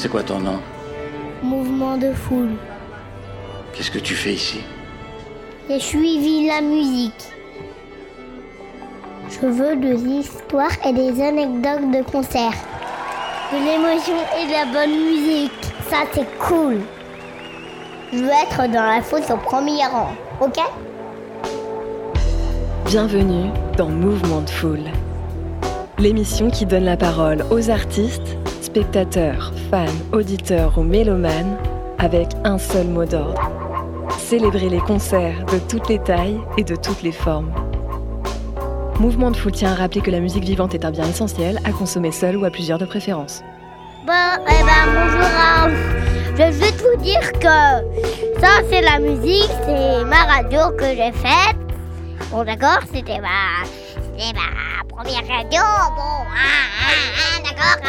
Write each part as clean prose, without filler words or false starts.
C'est quoi ton nom? Mouvement de foule. Qu'est-ce que tu fais ici? J'ai suivi la musique. Je veux de l'histoire et des anecdotes de concert. De l'émotion et de la bonne musique. Ça, c'est cool. Je veux être dans la fosse au premier rang, ok? Bienvenue dans Mouvement de Foule. L'émission qui donne la parole aux artistes, spectateurs, fans, auditeurs ou mélomanes avec un seul mot d'ordre. Célébrer les concerts de toutes les tailles et de toutes les formes. Mouvement de Foule tient à rappeler que la musique vivante est un bien essentiel à consommer seul ou à plusieurs de préférence. Bonjour. Je vais juste vous dire que ça, c'est la musique, c'est ma radio que j'ai faite. Bon, d'accord, c'était ma première radio. Bon, d'accord.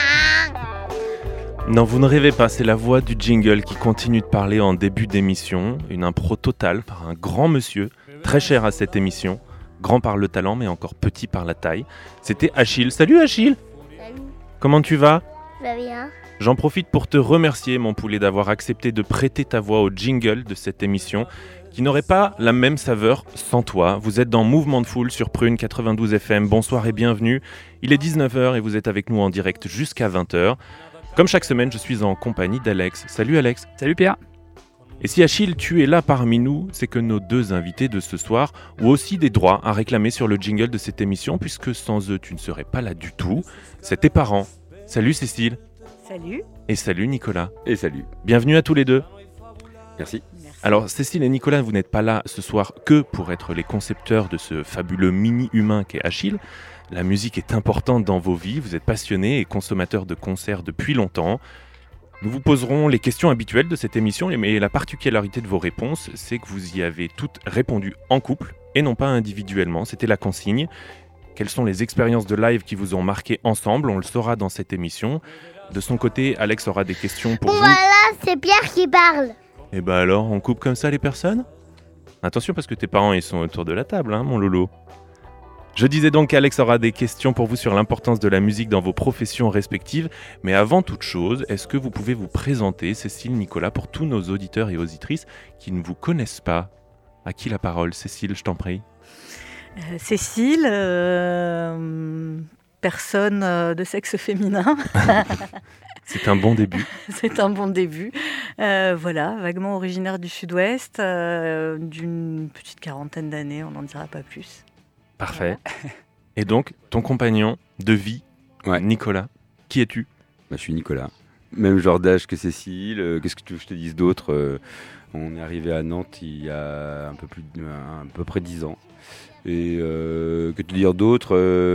Non, vous ne rêvez pas, c'est la voix du jingle qui continue de parler en début d'émission. Une impro totale par un grand monsieur, très cher à cette émission. Grand par le talent, mais encore petit par la taille. C'était Achille. Salut Achille! Salut. Comment tu vas? Ça va bien? J'en profite pour te remercier, mon poulet, d'avoir accepté de prêter ta voix au jingle de cette émission, qui n'aurait pas la même saveur sans toi. Vous êtes dans Mouvement de Foule sur Prune 92 FM. Bonsoir et bienvenue. Il est 19h et vous êtes avec nous en direct jusqu'à 20h. Comme chaque semaine, je suis en compagnie d'Alex. Salut Alex. Salut Pierre. Et si Achille, tu es là parmi nous, c'est que nos deux invités de ce soir ont aussi des droits à réclamer sur le jingle de cette émission, puisque sans eux, tu ne serais pas là du tout. C'est tes parents. Salut Cécile. Salut. Et salut Nicolas. Et salut. Bienvenue à tous les deux. Merci. Alors Cécile et Nicolas, vous n'êtes pas là ce soir que pour être les concepteurs de ce fabuleux mini-humain qu'est Achille. La musique est importante dans vos vies, vous êtes passionnés et consommateurs de concerts depuis longtemps. Nous vous poserons les questions habituelles de cette émission, mais la particularité de vos réponses, c'est que vous y avez toutes répondu en couple et non pas individuellement, c'était la consigne. Quelles sont les expériences de live qui vous ont marqué ensemble? On le saura dans cette émission. De son côté, Alex aura des questions pour vous. Voilà, c'est Pierre qui parle. Et bah alors, on coupe comme ça les personnes? Attention parce que tes parents ils sont autour de la table, hein, mon Lolo. Je disais donc qu'Alex aura des questions pour vous sur l'importance de la musique dans vos professions respectives. Mais avant toute chose, est-ce que vous pouvez vous présenter, Cécile, Nicolas, pour tous nos auditeurs et auditrices qui ne vous connaissent pas? À qui la parole? Cécile, je t'en prie. Cécile, personne de sexe féminin. C'est un bon début. C'est un bon début. Voilà, vaguement originaire du Sud-Ouest, d'une petite quarantaine d'années, on n'en dira pas plus. Parfait. Voilà. Et donc, ton compagnon de vie, ouais. Nicolas, qui es-tu? Je suis Nicolas. Même genre d'âge que Cécile. Qu'est-ce que tu veux que je te dise d'autre? On est arrivé à Nantes il y a à peu près 10 ans. Et que te dire d'autre?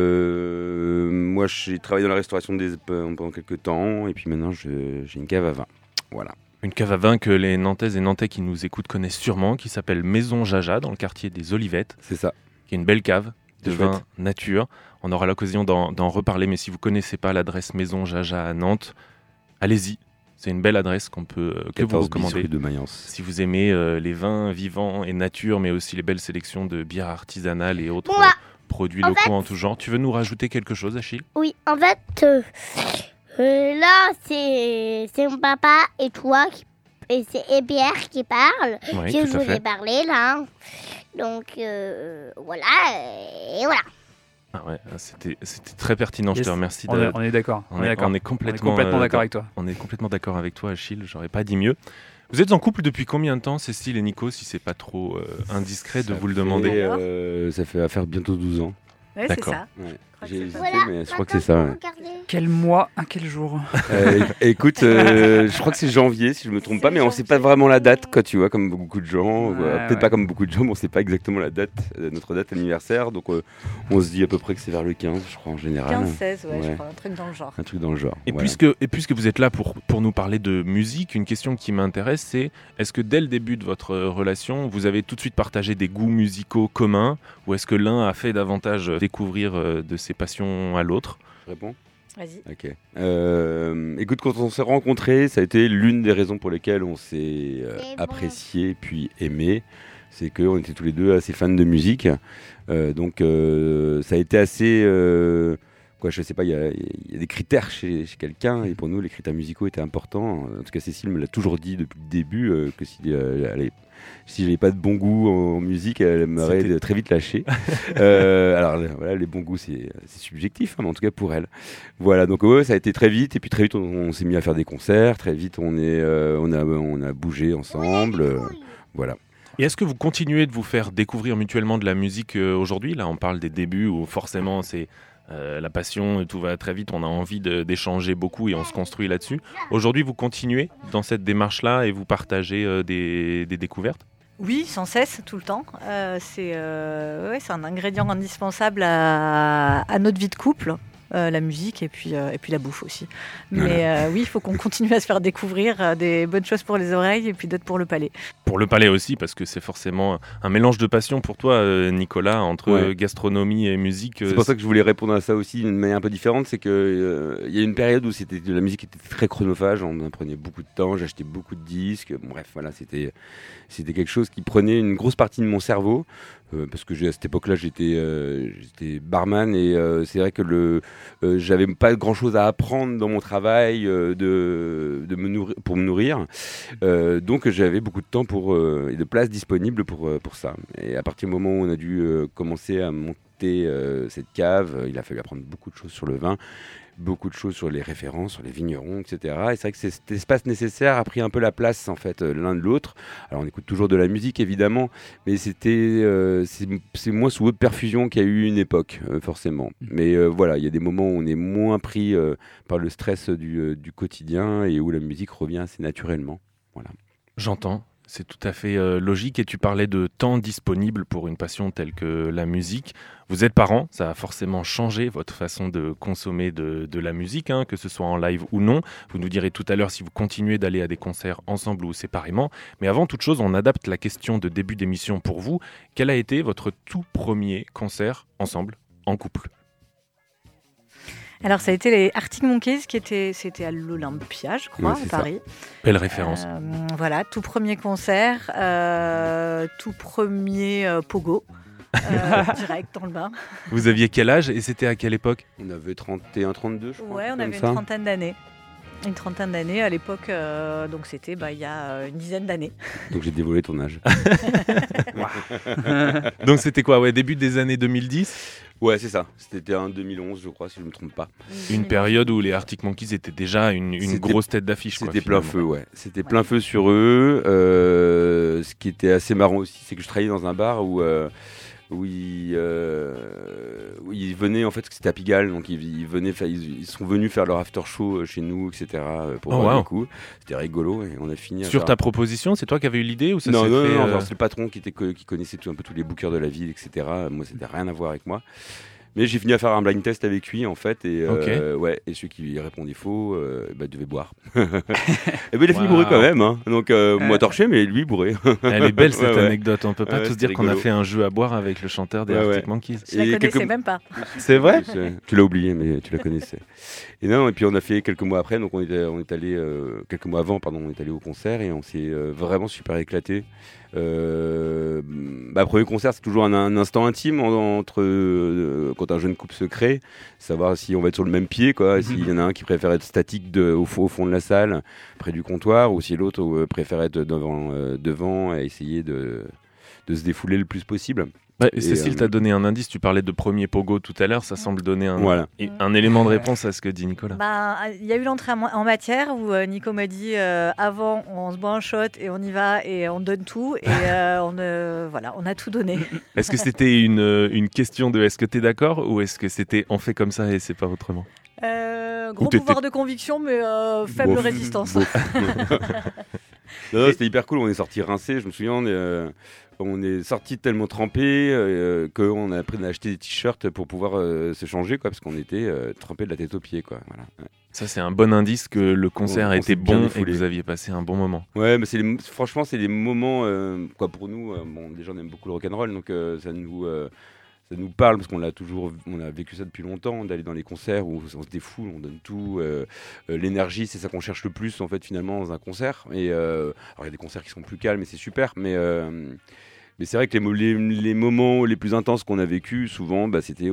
Moi, j'ai travaillé dans la restauration pendant quelques temps. Et puis maintenant, j'ai une cave à vin. Voilà. Une cave à vin que les Nantaises et Nantais qui nous écoutent connaissent sûrement, qui s'appelle Maison Jaja, dans le quartier des Olivettes. C'est ça. Qui est une belle cave de vin nature. On aura l'occasion d'en reparler, mais si vous ne connaissez pas l'adresse Maison Jaja à Nantes, allez-y. C'est une belle adresse que vous recommandez. De Mayence. Si vous aimez les vins vivants et nature, mais aussi les belles sélections de bières artisanales et autres produits locaux en tout genre. Tu veux nous rajouter quelque chose, Achille? Oui, en fait, là, c'est mon papa et toi et Pierre qui parle. Oui, que je vous ai parlé, là. Donc, voilà, et voilà. Ah ouais, c'était très pertinent, yes. Je te remercie. On est d'accord. On est complètement d'accord avec toi. On est complètement d'accord avec toi, Achille, j'aurais pas dit mieux. Vous êtes en couple depuis combien de temps, Cécile et Nico, si c'est pas trop indiscret de vous le demander? Ça fait à faire bientôt 12 ans. Ouais, d'accord. C'est ça. Ouais. J'ai hésité, voilà, mais je crois que c'est ça. Ouais. Quel mois, quel jour? Écoute, je crois que c'est janvier, si je me trompe pas, mais on sait pas vraiment la date, quoi, tu vois, comme beaucoup de gens. Peut-être pas comme beaucoup de gens, mais on sait pas exactement la date, notre date anniversaire. Donc on se dit à peu près que c'est vers le 15, je crois, en général. 15-16, je crois, un truc dans le genre. Un truc dans le genre. Et, voilà. puisque vous êtes là pour nous parler de musique, une question qui m'intéresse, c'est est-ce que dès le début de votre relation, vous avez tout de suite partagé des goûts musicaux communs, ou est-ce que l'un a fait davantage découvrir de ses passions à l'autre? Je réponds? Vas-y. Ok. Écoute, quand on s'est rencontrés, ça a été l'une des raisons pour lesquelles on s'est apprécié puis aimé. C'est qu'on était tous les deux assez fans de musique. Donc ça a été assez... quoi. Je sais pas, il y a des critères chez quelqu'un, et pour nous, les critères musicaux étaient importants. En tout cas, Cécile me l'a toujours dit depuis le début, que si j'avais pas de bon goût en musique, elle m'aurait très vite lâché. Alors voilà, les bons goûts, c'est subjectif, mais en tout cas pour elle. Voilà, donc ça a été très vite, et puis très vite on s'est mis à faire des concerts, très vite on a bougé ensemble, voilà. Et est-ce que vous continuez de vous faire découvrir mutuellement de la musique aujourd'hui ? Là, on parle des débuts où forcément c'est la passion, tout va très vite, on a envie d'échanger beaucoup et on se construit là-dessus. Aujourd'hui, vous continuez dans cette démarche-là et vous partagez des découvertes ? Oui, sans cesse, tout le temps. C'est un ingrédient indispensable à notre vie de couple. La musique et puis la bouffe aussi. Mais oui, il faut qu'on continue à se faire découvrir des bonnes choses pour les oreilles et puis d'autres pour le palais. Pour le palais aussi, parce que c'est forcément un mélange de passion pour toi, Nicolas, entre gastronomie et musique. C'est pour ça que je voulais répondre à ça aussi d'une manière un peu différente. C'est qu'il y a une période où la musique était très chronophage, on prenait beaucoup de temps, j'achetais beaucoup de disques. Bon, bref, voilà, c'était quelque chose qui prenait une grosse partie de mon cerveau. Parce que à cette époque-là, j'étais barman et c'est vrai que j'avais pas grand-chose à apprendre dans mon travail pour me nourrir. Donc j'avais beaucoup de temps et de place disponible pour ça. Et à partir du moment où on a dû commencer à monter cette cave, il a fallu apprendre beaucoup de choses sur le vin, beaucoup de choses sur les références, sur les vignerons, etc. Et c'est vrai que cet espace nécessaire a pris un peu la place en fait l'un de l'autre. Alors on écoute toujours de la musique évidemment, mais c'est moins sous haute perfusion qu'il y a eu une époque forcément. Mais voilà, il y a des moments où on est moins pris par le stress du quotidien et où la musique revient assez naturellement. Voilà. J'entends. C'est tout à fait logique, et tu parlais de temps disponible pour une passion telle que la musique. Vous êtes parents, ça a forcément changé votre façon de consommer de la musique, que ce soit en live ou non. Vous nous direz tout à l'heure si vous continuez d'aller à des concerts ensemble ou séparément. Mais avant toute chose, on adapte la question de début d'émission pour vous. Quel a été votre tout premier concert ensemble, en couple ? Alors ça a été les Arctic Monkeys, c'était à l'Olympia, je crois, à Paris. Belle référence. Voilà, tout premier concert, tout premier pogo, direct dans le bain. Vous aviez quel âge et c'était à quelle époque ? On avait 31, 32, je crois. Ouais, on avait une trentaine d'années. Une trentaine d'années à l'époque, donc c'était il y a une dizaine d'années. Donc j'ai dévoilé ton âge. Donc c'était quoi, début des années 2010 ? Ouais, c'est ça. C'était en 2011, je crois, si je ne me trompe pas. Une période où les Arctic Monkeys étaient déjà une grosse tête d'affiche. C'était plein feu, ouais. C'était plein feu sur eux. Ce qui était assez marrant aussi, c'est que je travaillais dans un bar où ils venaient, en fait, c'était à Pigalle, donc ils sont venus faire leur after show chez nous, etc. pour voir le coup. C'était rigolo et on a fini. Sur ta proposition, c'est toi qui avais eu l'idée ou ça Non, s'est non, fait, non, genre, c'est le patron qui connaissait un peu tous les bookers de la ville, etc. Moi, c'était rien à voir avec moi. Mais j'ai fini à faire un blind test avec lui en fait et et celui qui répondait faux devait boire. Et il a fini bourré quand même, donc moi torché mais lui bourré. Elle est belle cette anecdote, on peut pas tous dire rigolo. qu'on a fait un jeu à boire avec le chanteur des Arctic Monkeys. Je la connaissais même pas. C'est vrai ? Tu l'as oublié mais tu la connaissais. Et puis on a fait quelques mois après, donc on est allé quelques mois avant on est allé au concert et on s'est vraiment super éclaté. Premier concert, c'est toujours un instant intime entre quand un jeune couple se crée, savoir si on va être sur le même pied, quoi, s'il y en a un qui préfère être statique au fond de la salle, près du comptoir, ou si l'autre préfère être devant et essayer de se défouler le plus possible. Cécile t'a donné un indice, tu parlais de premier pogo tout à l'heure, ça semble donner un élément de réponse à ce que dit Nicolas. Il y a eu l'entrée en matière où Nico m'a dit avant on se boit un shot et on y va et on donne tout et on a tout donné. Est-ce que c'était une question de est-ce que t'es d'accord ou est-ce que c'était on fait comme ça et c'est pas autrement ? Gros pouvoir de conviction mais faible résistance. Non, c'était hyper cool, on est sortis rincés, je me souviens, on est sortis tellement trempés qu'on a acheté des t-shirts pour pouvoir se changer, quoi, parce qu'on était trempés de la tête aux pieds, quoi. Voilà. Ouais. Ça, c'est un bon indice que le concert a été bon et que vous aviez passé un bon moment. Ouais, mais franchement, c'est des moments, pour nous, déjà on aime beaucoup le rock'n'roll, donc ça nous parle parce qu'on a vécu ça depuis longtemps, d'aller dans les concerts où on se défoule, on donne tout. L'énergie, c'est ça qu'on cherche le plus en fait finalement dans un concert. Et alors il y a des concerts qui sont plus calmes et c'est super, mais Mais c'est vrai que les moments les plus intenses qu'on a vécu, souvent, c'était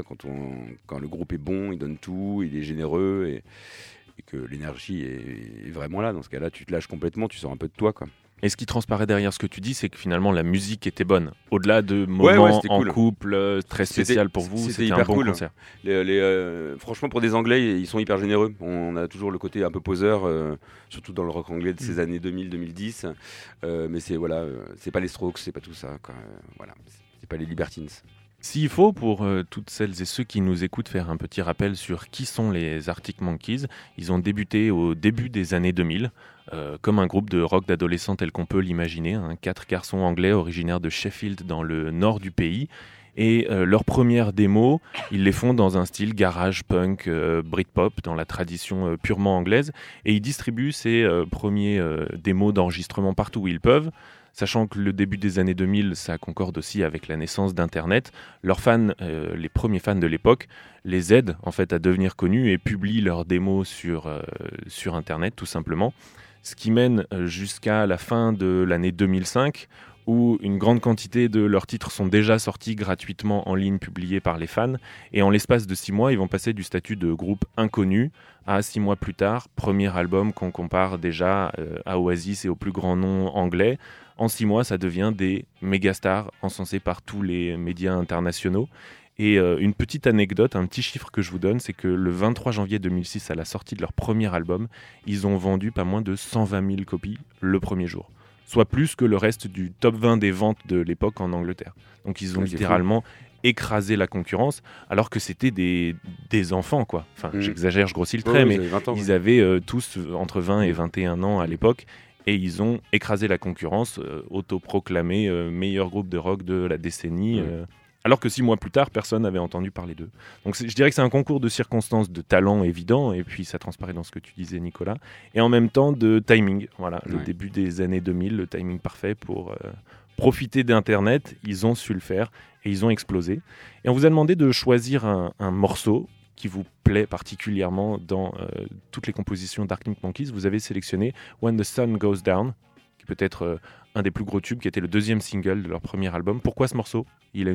quand le groupe est bon, il donne tout, il est généreux et que l'énergie est vraiment là. Dans ce cas-là, tu te lâches complètement, tu sors un peu de toi, quoi. Et ce qui transparaît derrière ce que tu dis, c'est que finalement la musique était bonne. Au-delà de moments en cool. Couple très spécial pour vous, c'était hyper un bon cool. concert. Franchement, pour des Anglais, ils sont hyper généreux. On a toujours le côté un peu poseur, surtout dans le rock anglais de ces années 2000-2010. Mais c'est pas les Strokes, c'est pas tout ça, quoi. C'est pas les Libertines. S'il faut, pour toutes celles et ceux qui nous écoutent, faire un petit rappel sur qui sont les Arctic Monkeys, ils ont débuté au début des années 2000, comme un groupe de rock d'adolescents tel qu'on peut l'imaginer, 4 garçons anglais originaires de Sheffield dans le nord du pays. Et leurs premières démos, ils les font dans un style garage punk, Britpop, dans la tradition purement anglaise. Et ils distribuent ces premiers démos d'enregistrement partout où ils peuvent. Sachant que le début des années 2000, ça concorde aussi avec la naissance d'Internet, leurs fans, les premiers fans de l'époque, les aident en fait à devenir connus et publient leurs démos sur Internet tout simplement. Ce qui mène jusqu'à la fin de l'année 2005, où une grande quantité de leurs titres sont déjà sortis gratuitement en ligne, publiés par les fans. Et en l'espace de 6 mois, ils vont passer du statut de groupe inconnu à 6 mois plus tard, premier album qu'on compare déjà à Oasis et aux plus grands noms anglais. En 6 mois, ça devient des mégastars encensés par tous les médias internationaux. Et une petite anecdote, un petit chiffre que je vous donne, c'est que le 23 janvier 2006, à la sortie de leur premier album, ils ont vendu pas moins de 120 000 copies le premier jour. Soit plus que le reste du top 20 des ventes de l'époque en Angleterre. Donc ils ont littéralement écrasé la concurrence, alors que c'était des enfants, quoi. Enfin, j'exagère, je grossis le trait, mais ils avaient tous entre 20 et 21 ans à l'époque. Et ils ont écrasé la concurrence, autoproclamé meilleur groupe de rock de la décennie, alors que 6 mois plus tard, personne n'avait entendu parler d'eux. Donc je dirais que c'est un concours de circonstances, de talent évident, et puis ça transparaît dans ce que tu disais, Nicolas, et en même temps de timing. Voilà, le début des années 2000, le timing parfait pour profiter d'Internet. Ils ont su le faire et ils ont explosé. Et on vous a demandé de choisir un morceau qui vous plaît particulièrement dans toutes les compositions d'Arctic Monkeys. Vous avez sélectionné When the Sun Goes Down, qui peut être un des plus gros tubes, qui était le 2e single de leur premier album. Pourquoi ce morceau ?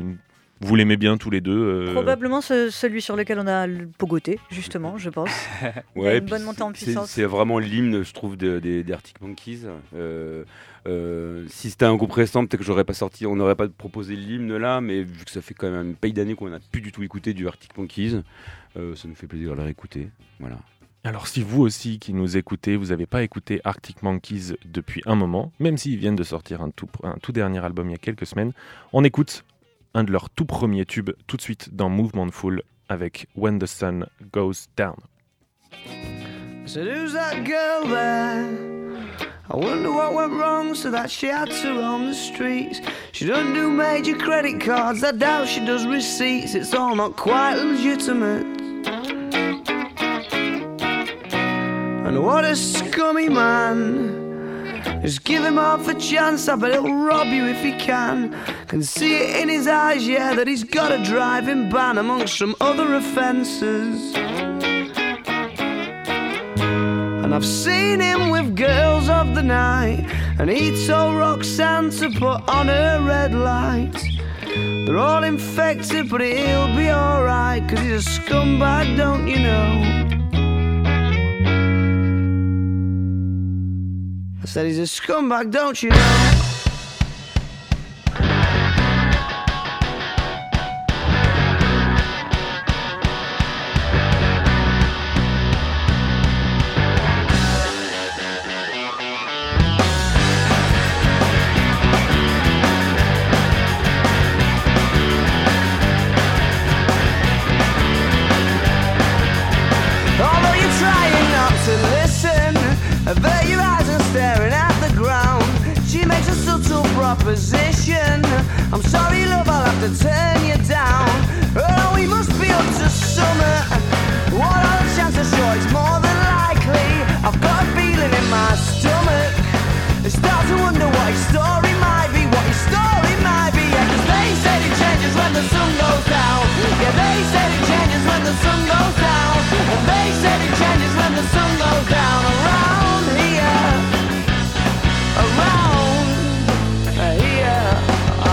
Vous l'aimez bien tous les deux Probablement celui sur lequel on a pogoté, justement, je pense. Il y a une bonne montée en puissance. C'est vraiment l'hymne, je trouve, des Arctic Monkeys. Si c'était un groupe récent, peut-être que on n'aurait pas proposé l'hymne là, mais vu que ça fait quand même une paille d'années qu'on n'a plus du tout écouté du Arctic Monkeys, ça nous fait plaisir de le réécouter. Voilà. Alors si vous aussi qui nous écoutez, vous n'avez pas écouté Arctic Monkeys depuis un moment, même s'ils viennent de sortir un tout dernier album il y a quelques semaines, on écoute un de leurs tout premiers tubes tout de suite dans Mouvement Full avec When the Sun Goes Down. So who's that girl there? I wonder what went wrong so that she had to roam the streets. She doesn't do major credit cards, I doubt she does receipts. It's all not quite legitimate. And what a scummy man. Just give him half a chance, I bet he'll rob you if he can. Can see it in his eyes, yeah, that he's got a driving ban amongst some other offences. And I've seen him with girls of the night, and he told Roxanne to put on her red light. They're all infected, but he'll be alright, 'cause he's a scumbag, don't you know? I said he's a scumbag, don't you know? Although you're trying not to listen, I bet your eyes are staring at the ground. She makes a subtle proposition. I'm sorry, love, I'll have to turn you down. Oh, we must be up to summer. What are the chances? Sure, it's more than likely. I've got a feeling in my stomach. I start to wonder what his story might be. What his story might be. Yeah, 'cause they said it changes when the sun goes down. Yeah, they said it changes when the sun goes down. And they said it changes when the sun goes down. Around here, around here.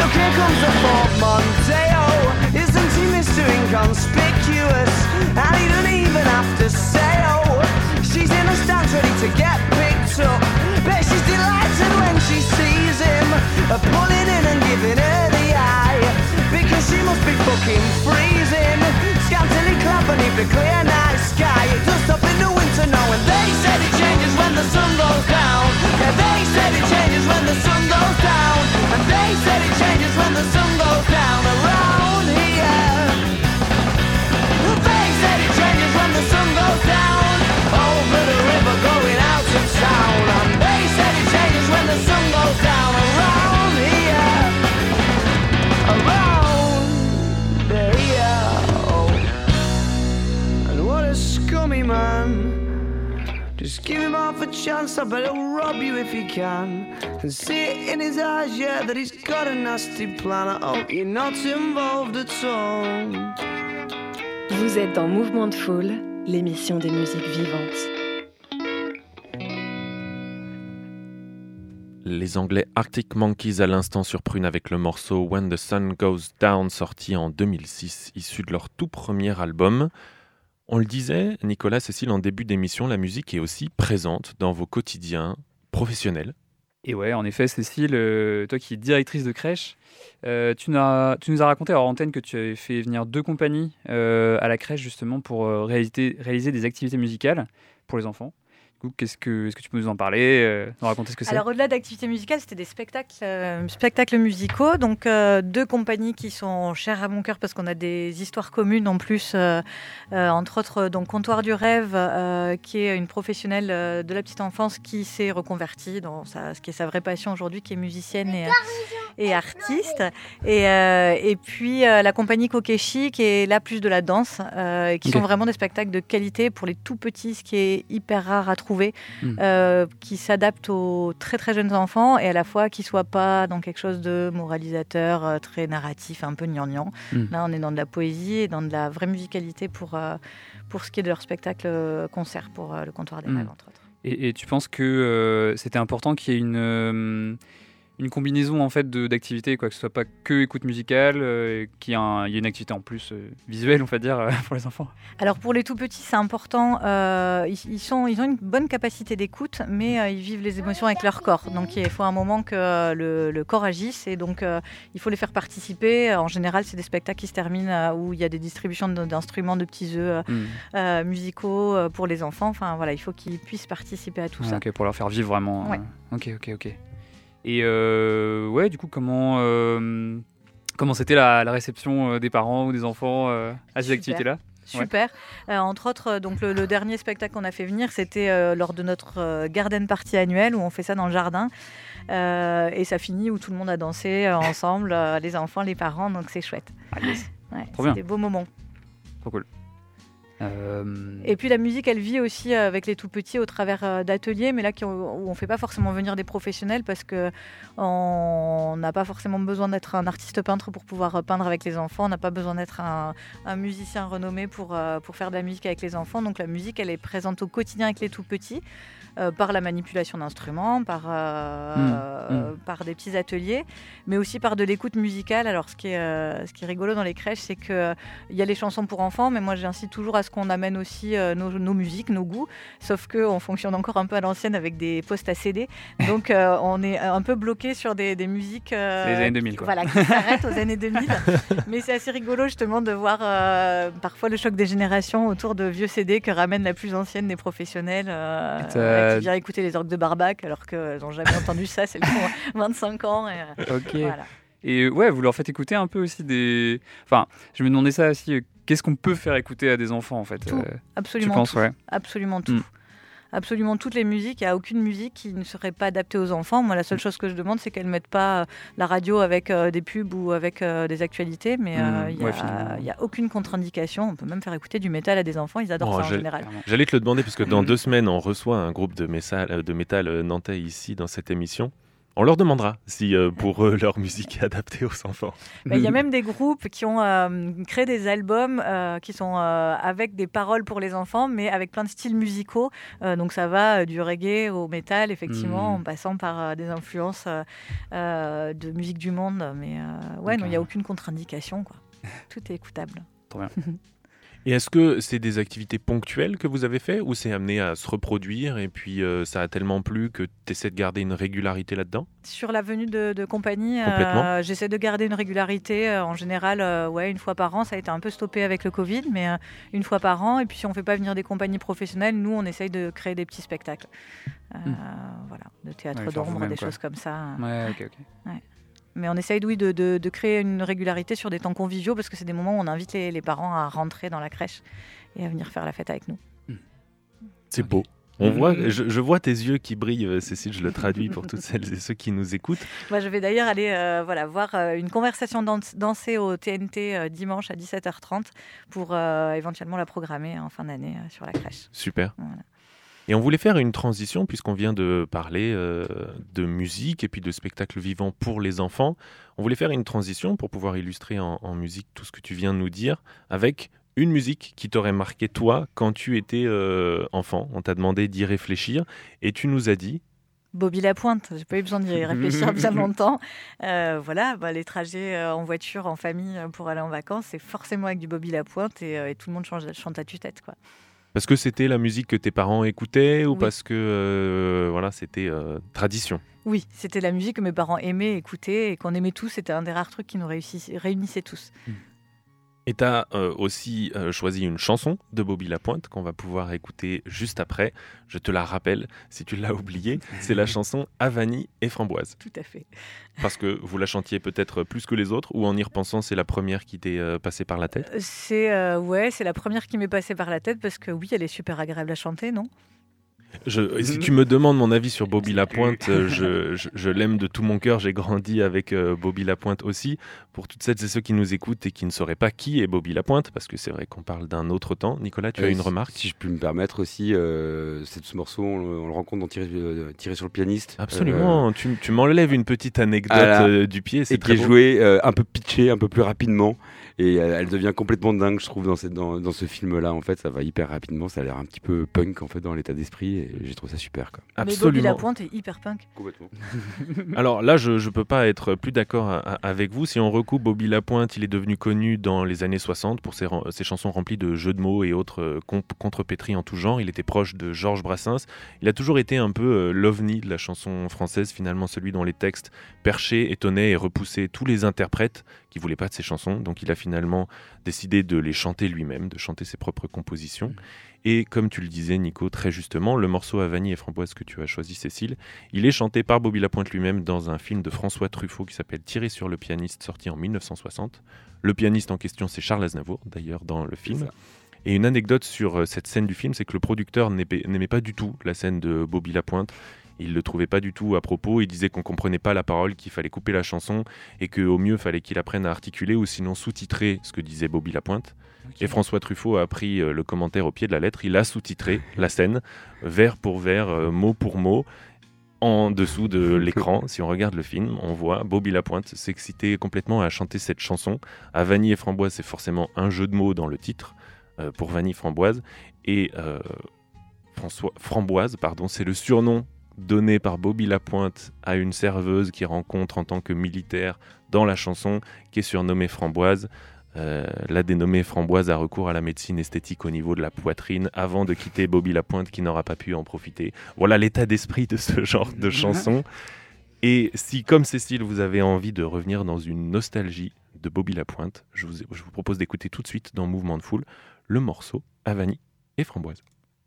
Look, here comes the Ford Mondeo. Isn't he Mr. Inconspicuous? And he don't even have to say oh. She's in the stands ready to get picked up. Bet she's delighted when she sees him pulling in and giving her the eye. Because she must be fucking freezing, scantily clad beneath the clear night sky. It does stop in the winter now, and they said it changes when the sun goes down. Yeah, they said it changes when the sun goes down. And they said it changes when the sun goes down around here. They said it changes when the sun goes down over the river going out of town. And they said it changes when the sun goes down around here. Around here. And what a scummy man. Just give him half a chance, I bet he'll rob you if he can. And see it in his eyes, yeah, that he's got a nasty plan. I hope you're not involved at all. Vous êtes dans Mouvement de Foule, l'émission des musiques vivantes. Les Anglais Arctic Monkeys à l'instant sur Prune avec le morceau When the Sun Goes Down, sorti en 2006, issu de leur tout premier album. On le disait, Nicolas, Cécile, en début d'émission, la musique est aussi présente dans vos quotidiens professionnels. Et ouais, en effet, Cécile, toi qui es directrice de crèche, tu nous as raconté hors antenne que tu avais fait venir 2 compagnies à la crèche justement pour réaliser des activités musicales pour les enfants. Du coup, est-ce que tu peux nous en parler, nous raconter ce que c'est ? Alors au-delà d'activités musicales, c'était des spectacles musicaux. Donc 2 compagnies qui sont chères à mon cœur parce qu'on a des histoires communes en plus. Entre autres, donc Comptoir du Rêve, qui est une professionnelle de la petite enfance qui s'est reconvertie dans ce qui est sa vraie passion aujourd'hui, qui est musicienne et artiste. Et puis la compagnie Kokeshi, qui est là plus de la danse, qui sont vraiment des spectacles de qualité pour les tout petits, ce qui est hyper rare à trouver. Qui s'adaptent aux très très jeunes enfants et à la fois qui ne soient pas dans quelque chose de moralisateur, très narratif, un peu gnangnan. Là, on est dans de la poésie et dans de la vraie musicalité pour ce qui est de leur spectacle concert pour le Comptoir des Rêves, entre autres. Et tu penses que c'était important qu'il y ait une combinaison en fait d'activités, quoi, que ce soit pas que écoute musicale, qu'il y ait une activité en plus visuelle, on va dire, pour les enfants. Alors pour les tout petits, c'est important. Ils ont une bonne capacité d'écoute, mais ils vivent les émotions avec leur corps. Donc il faut un moment que le corps agisse, et donc il faut les faire participer. En général, c'est des spectacles qui se terminent où il y a des distributions d'instruments, de petits œufs musicaux pour les enfants. Enfin voilà, il faut qu'ils puissent participer à tout ça. Ok, pour leur faire vivre vraiment. Ouais. Ok. Et ouais, du coup, comment c'était la réception des parents ou des enfants à ces activités-là ? Super. Ouais. Entre autres, donc le dernier spectacle qu'on a fait venir, c'était lors de notre garden party annuel où on fait ça dans le jardin. Et ça finit où tout le monde a dansé ensemble, les enfants, les parents, donc c'est chouette. Ah, yes. Ouais, trop c'est bien. des beaux moments. Trop cool. Et puis la musique, elle vit aussi avec les tout petits au travers d'ateliers, mais là où on ne fait pas forcément venir des professionnels parce qu'on n'a pas forcément besoin d'être un artiste peintre pour pouvoir peindre avec les enfants, on n'a pas besoin d'être un musicien renommé pour faire de la musique avec les enfants. Donc la musique, elle est présente au quotidien avec les tout petits, par la manipulation d'instruments, par des petits ateliers, mais aussi par de l'écoute musicale. Alors ce qui est rigolo dans les crèches, c'est qu'il y a les chansons pour enfants, mais moi j'incite toujours à ce qu'on amène aussi nos musiques, nos goûts, sauf qu'on fonctionne encore un peu à l'ancienne avec des postes à CD, donc on est un peu bloqué sur des musiques les années 2000, quoi. Voilà, qui s'arrêtent aux années 2000, mais c'est assez rigolo justement de voir parfois le choc des générations autour de vieux CD que ramène la plus ancienne des professionnels qui vient écouter les orgues de Barbac alors qu'elles n'ont jamais entendu ça, c'est le 25 ans. Ok. Voilà. Et ouais, vous leur faites écouter un peu aussi des... Enfin, je me demandais ça aussi, qu'est-ce qu'on peut faire écouter à des enfants en fait ? Tout, absolument tu penses, tout. Ouais. Absolument tout. Absolument toutes les musiques, il n'y a aucune musique qui ne serait pas adaptée aux enfants. Moi, la seule chose que je demande, c'est qu'elles ne mettent pas la radio avec des pubs ou avec des actualités, mais il n'y a aucune contre-indication. On peut même faire écouter du métal à des enfants, ils adorent ça en général. J'allais te le demander, parce que dans 2 semaines, on reçoit un groupe de métal nantais ici, dans cette émission. On leur demandera si pour eux leur musique est adaptée aux enfants. Il y a même des groupes qui ont créé des albums qui sont avec des paroles pour les enfants, mais avec plein de styles musicaux. Donc ça va du reggae au métal, effectivement, en passant par des influences de musique du monde. Mais il n'y a aucune contre-indication, quoi. Tout est écoutable. Trop bien. Et est-ce que c'est des activités ponctuelles que vous avez fait ou c'est amené à se reproduire et puis ça a tellement plu que tu essaies de garder une régularité là-dedans ? Sur la venue de compagnie, Complètement. j'essaie de garder une régularité. En général, une fois par an. Ça a été un peu stoppé avec le Covid, mais une fois par an. Et puis si on ne fait pas venir des compagnies professionnelles, nous, on essaye de créer des petits spectacles. De théâtre d'ombre, des choses comme ça. Ouais, ok. Ouais. Mais on essaye, de créer une régularité sur des temps conviviaux parce que c'est des moments où on invite les parents à rentrer dans la crèche et à venir faire la fête avec nous. C'est beau. On voit, je vois tes yeux qui brillent, Cécile, je le traduis pour toutes celles et ceux qui nous écoutent. Moi, je vais d'ailleurs aller voir une conversation dansée au TNT dimanche à 17h30 pour éventuellement la programmer en fin d'année sur la crèche. Super. Voilà. Et on voulait faire une transition puisqu'on vient de parler de musique et puis de spectacles vivants pour les enfants. On voulait faire une transition pour pouvoir illustrer en musique tout ce que tu viens de nous dire avec une musique qui t'aurait marqué toi quand tu étais enfant. On t'a demandé d'y réfléchir et tu nous as dit... Bobby Lapointe, j'ai pas eu besoin d'y réfléchir bien longtemps. Les trajets en voiture, en famille pour aller en vacances, c'est forcément avec du Bobby Lapointe et tout le monde chante à tue-tête, quoi. Parce que c'était la musique que tes parents écoutaient ou parce que c'était tradition ? Oui, c'était la musique que mes parents aimaient écouter et qu'on aimait tous. C'était un des rares trucs qui nous réunissait tous. Et tu as aussi choisi une chanson de Bobby Lapointe qu'on va pouvoir écouter juste après. Je te la rappelle, si tu l'as oubliée, c'est la chanson À vanille et framboise. Tout à fait. Parce que vous la chantiez peut-être plus que les autres ou en y repensant, c'est la première qui t'est passée par la tête ? C'est la première qui m'est passée par la tête parce que oui, elle est super agréable à chanter, non ? Si tu me demandes mon avis sur Bobby Lapointe, je l'aime de tout mon cœur. J'ai grandi avec Bobby Lapointe aussi. Pour toutes celles et ceux qui nous écoutent et qui ne sauraient pas qui est Bobby Lapointe, parce que c'est vrai qu'on parle d'un autre temps. Nicolas, tu as une remarque ? Si je peux me permettre aussi, ce morceau, on le rencontre dans Tirer sur le pianiste. Absolument, tu m'enlèves une petite anecdote du pied. C'est qui est jouée un peu pitché, un peu plus rapidement. Et elle devient complètement dingue, je trouve, dans ce film-là. En fait, ça va hyper rapidement. Ça a l'air un petit peu punk en fait, dans l'état d'esprit. Et j'ai trouvé ça super, quoi. Absolument. Mais Bobby Lapointe est hyper punk. Complètement. Alors là, je ne peux pas être plus d'accord avec vous. Si on recoupe Bobby Lapointe, il est devenu connu dans les années 60 pour ses chansons remplies de jeux de mots et autres contrepétries en tout genre. Il était proche de Georges Brassens. Il a toujours été un peu l'ovni de la chanson française, finalement celui dont les textes perchaient, étonnaient et repoussaient tous les interprètes qui ne voulaient pas de ses chansons. Donc il a finalement décidé de les chanter lui-même, de chanter ses propres compositions. Et comme tu le disais, Nico, très justement, le morceau À vanille et framboise que tu as choisi, Cécile, il est chanté par Bobby Lapointe lui-même dans un film de François Truffaut qui s'appelle Tirer sur le pianiste, sorti en 1960. Le pianiste en question, c'est Charles Aznavour, d'ailleurs, dans le film. Et une anecdote sur cette scène du film, c'est que le producteur n'aimait pas du tout la scène de Bobby Lapointe. Il ne le trouvait pas du tout à propos. Il disait qu'on ne comprenait pas la parole, qu'il fallait couper la chanson et qu'au mieux, il fallait qu'il apprenne à articuler ou sinon sous-titrer ce que disait Bobby Lapointe. Okay. Et François Truffaut a pris le commentaire au pied de la lettre. Il a sous-titré la scène, vers pour vers, mot pour mot, en dessous de l'écran. Si on regarde le film, on voit Bobby Lapointe s'exciter complètement à chanter cette chanson. À vanille et framboise, c'est forcément un jeu de mots dans le titre pour vanille framboise. Et Framboise, c'est le surnom donné par Bobby Lapointe à une serveuse qu'il rencontre en tant que militaire dans la chanson, qui est surnommée Framboise. La dénommée Framboise a recours à la médecine esthétique au niveau de la poitrine avant de quitter Bobby Lapointe qui n'aura pas pu en profiter. Voilà l'état d'esprit de ce genre de chanson. Et si, comme Cécile, vous avez envie de revenir dans une nostalgie de Bobby Lapointe, je vous propose d'écouter tout de suite dans Mouvement de Foule le morceau À vanille et framboise.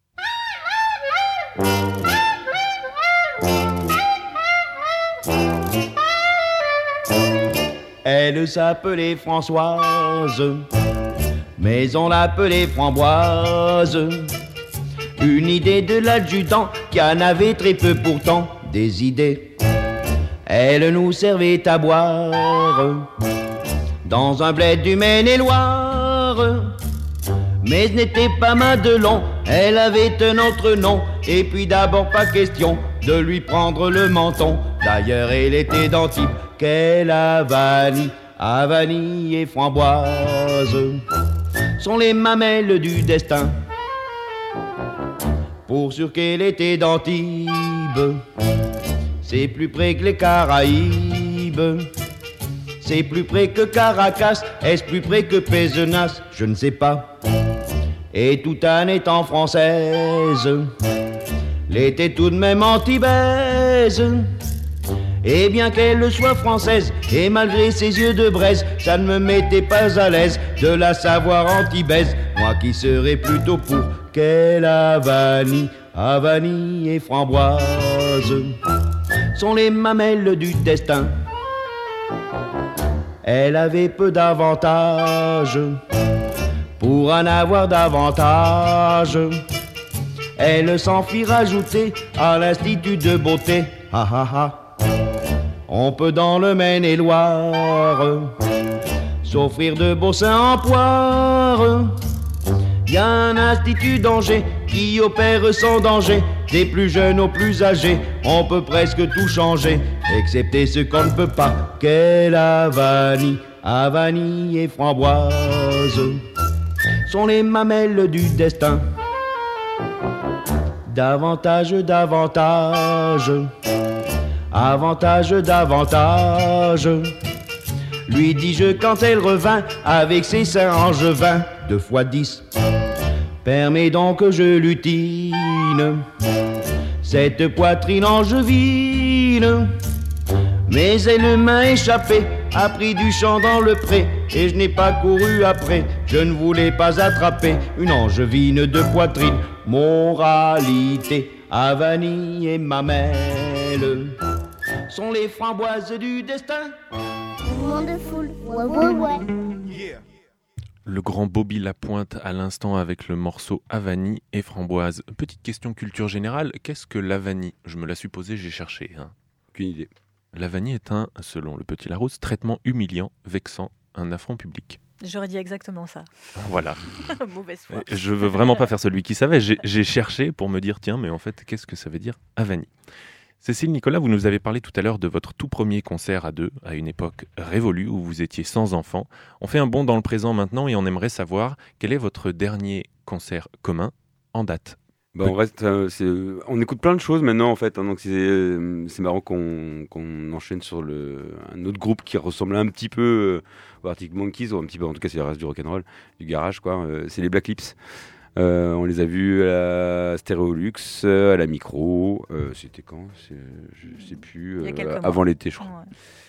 Elle s'appelait Françoise, mais on l'appelait Framboise. Une idée de l'adjudant qui en avait très peu pourtant des idées. Elle nous servait à boire dans un bled du Maine-et-Loire. Mais ce n'était pas Madelon, elle avait un autre nom. Et puis d'abord pas question de lui prendre le menton. D'ailleurs, elle était d'Antibes, quelle Havanie, Havanie et framboise sont les mamelles du destin. Pour sûr qu'elle était d'Antibes, c'est plus près que les Caraïbes. C'est plus près que Caracas, est-ce plus près que Pézenas? Je ne sais pas. Et tout en étant française, l'était tout de même antibaise. Et bien qu'elle soit française, et malgré ses yeux de braise, ça ne me mettait pas à l'aise de la savoir antibaise. Moi qui serais plutôt pour qu'elle Havanie, Havanie et framboise sont les mamelles du destin. Elle avait peu d'avantages pour en avoir davantage. Elle s'en fit rajouter à l'institut de beauté. Ha ha ha. On peut dans le Maine-et-Loire s'offrir de beaux seins en poire. Y a un institut d'Angers qui opère sans danger, des plus jeunes aux plus âgés. On peut presque tout changer, excepté ce qu'on ne peut pas. Quelle Havanie, Havanie et framboise sont les mamelles du destin. Davantage, davantage, avantage, davantage, lui dis-je quand elle revint avec ses seins angevins. 2 fois 10, permets donc que je lutine cette poitrine angevine. Mais elle m'a échappé, a pris du champ dans le pré, et je n'ai pas couru après, je ne voulais pas attraper une angevine de poitrine. Moralité, Havanie et mamelle sont les framboises du destin. Mouvement de foule, ouais, ouais, ouais. Le grand Bobby Lapointe à l'instant avec le morceau Havanie et framboise. Petite question culture générale, qu'est-ce que l'Havanie? Je me l'ai supposé, j'ai cherché. Aucune idée. L'Havanie est un, selon le Petit Larousse, traitement humiliant, vexant, un affront public. J'aurais dit exactement ça. Voilà. Mauvaise foi. Je veux vraiment pas faire celui qui savait. J'ai cherché pour me dire, tiens, mais en fait, qu'est-ce que ça veut dire Havanie? Cécile, Nicolas, vous nous avez parlé tout à l'heure de votre tout premier concert à deux, à une époque révolue où vous étiez sans enfants. On fait un bond dans le présent maintenant et on aimerait savoir quel est votre dernier concert commun en date. Bah, on écoute plein de choses maintenant en fait, hein, donc c'est marrant qu'on enchaîne sur un autre groupe qui ressemble un petit peu aux Arctic Monkeys, ou un petit peu, en tout cas c'est le reste du rock'n'roll, du garage quoi. C'est les Black Lips. On les a vus à la Stéréolux, à la Micro. C'était quand? Je sais plus. Avant l'été, je crois. Ouais.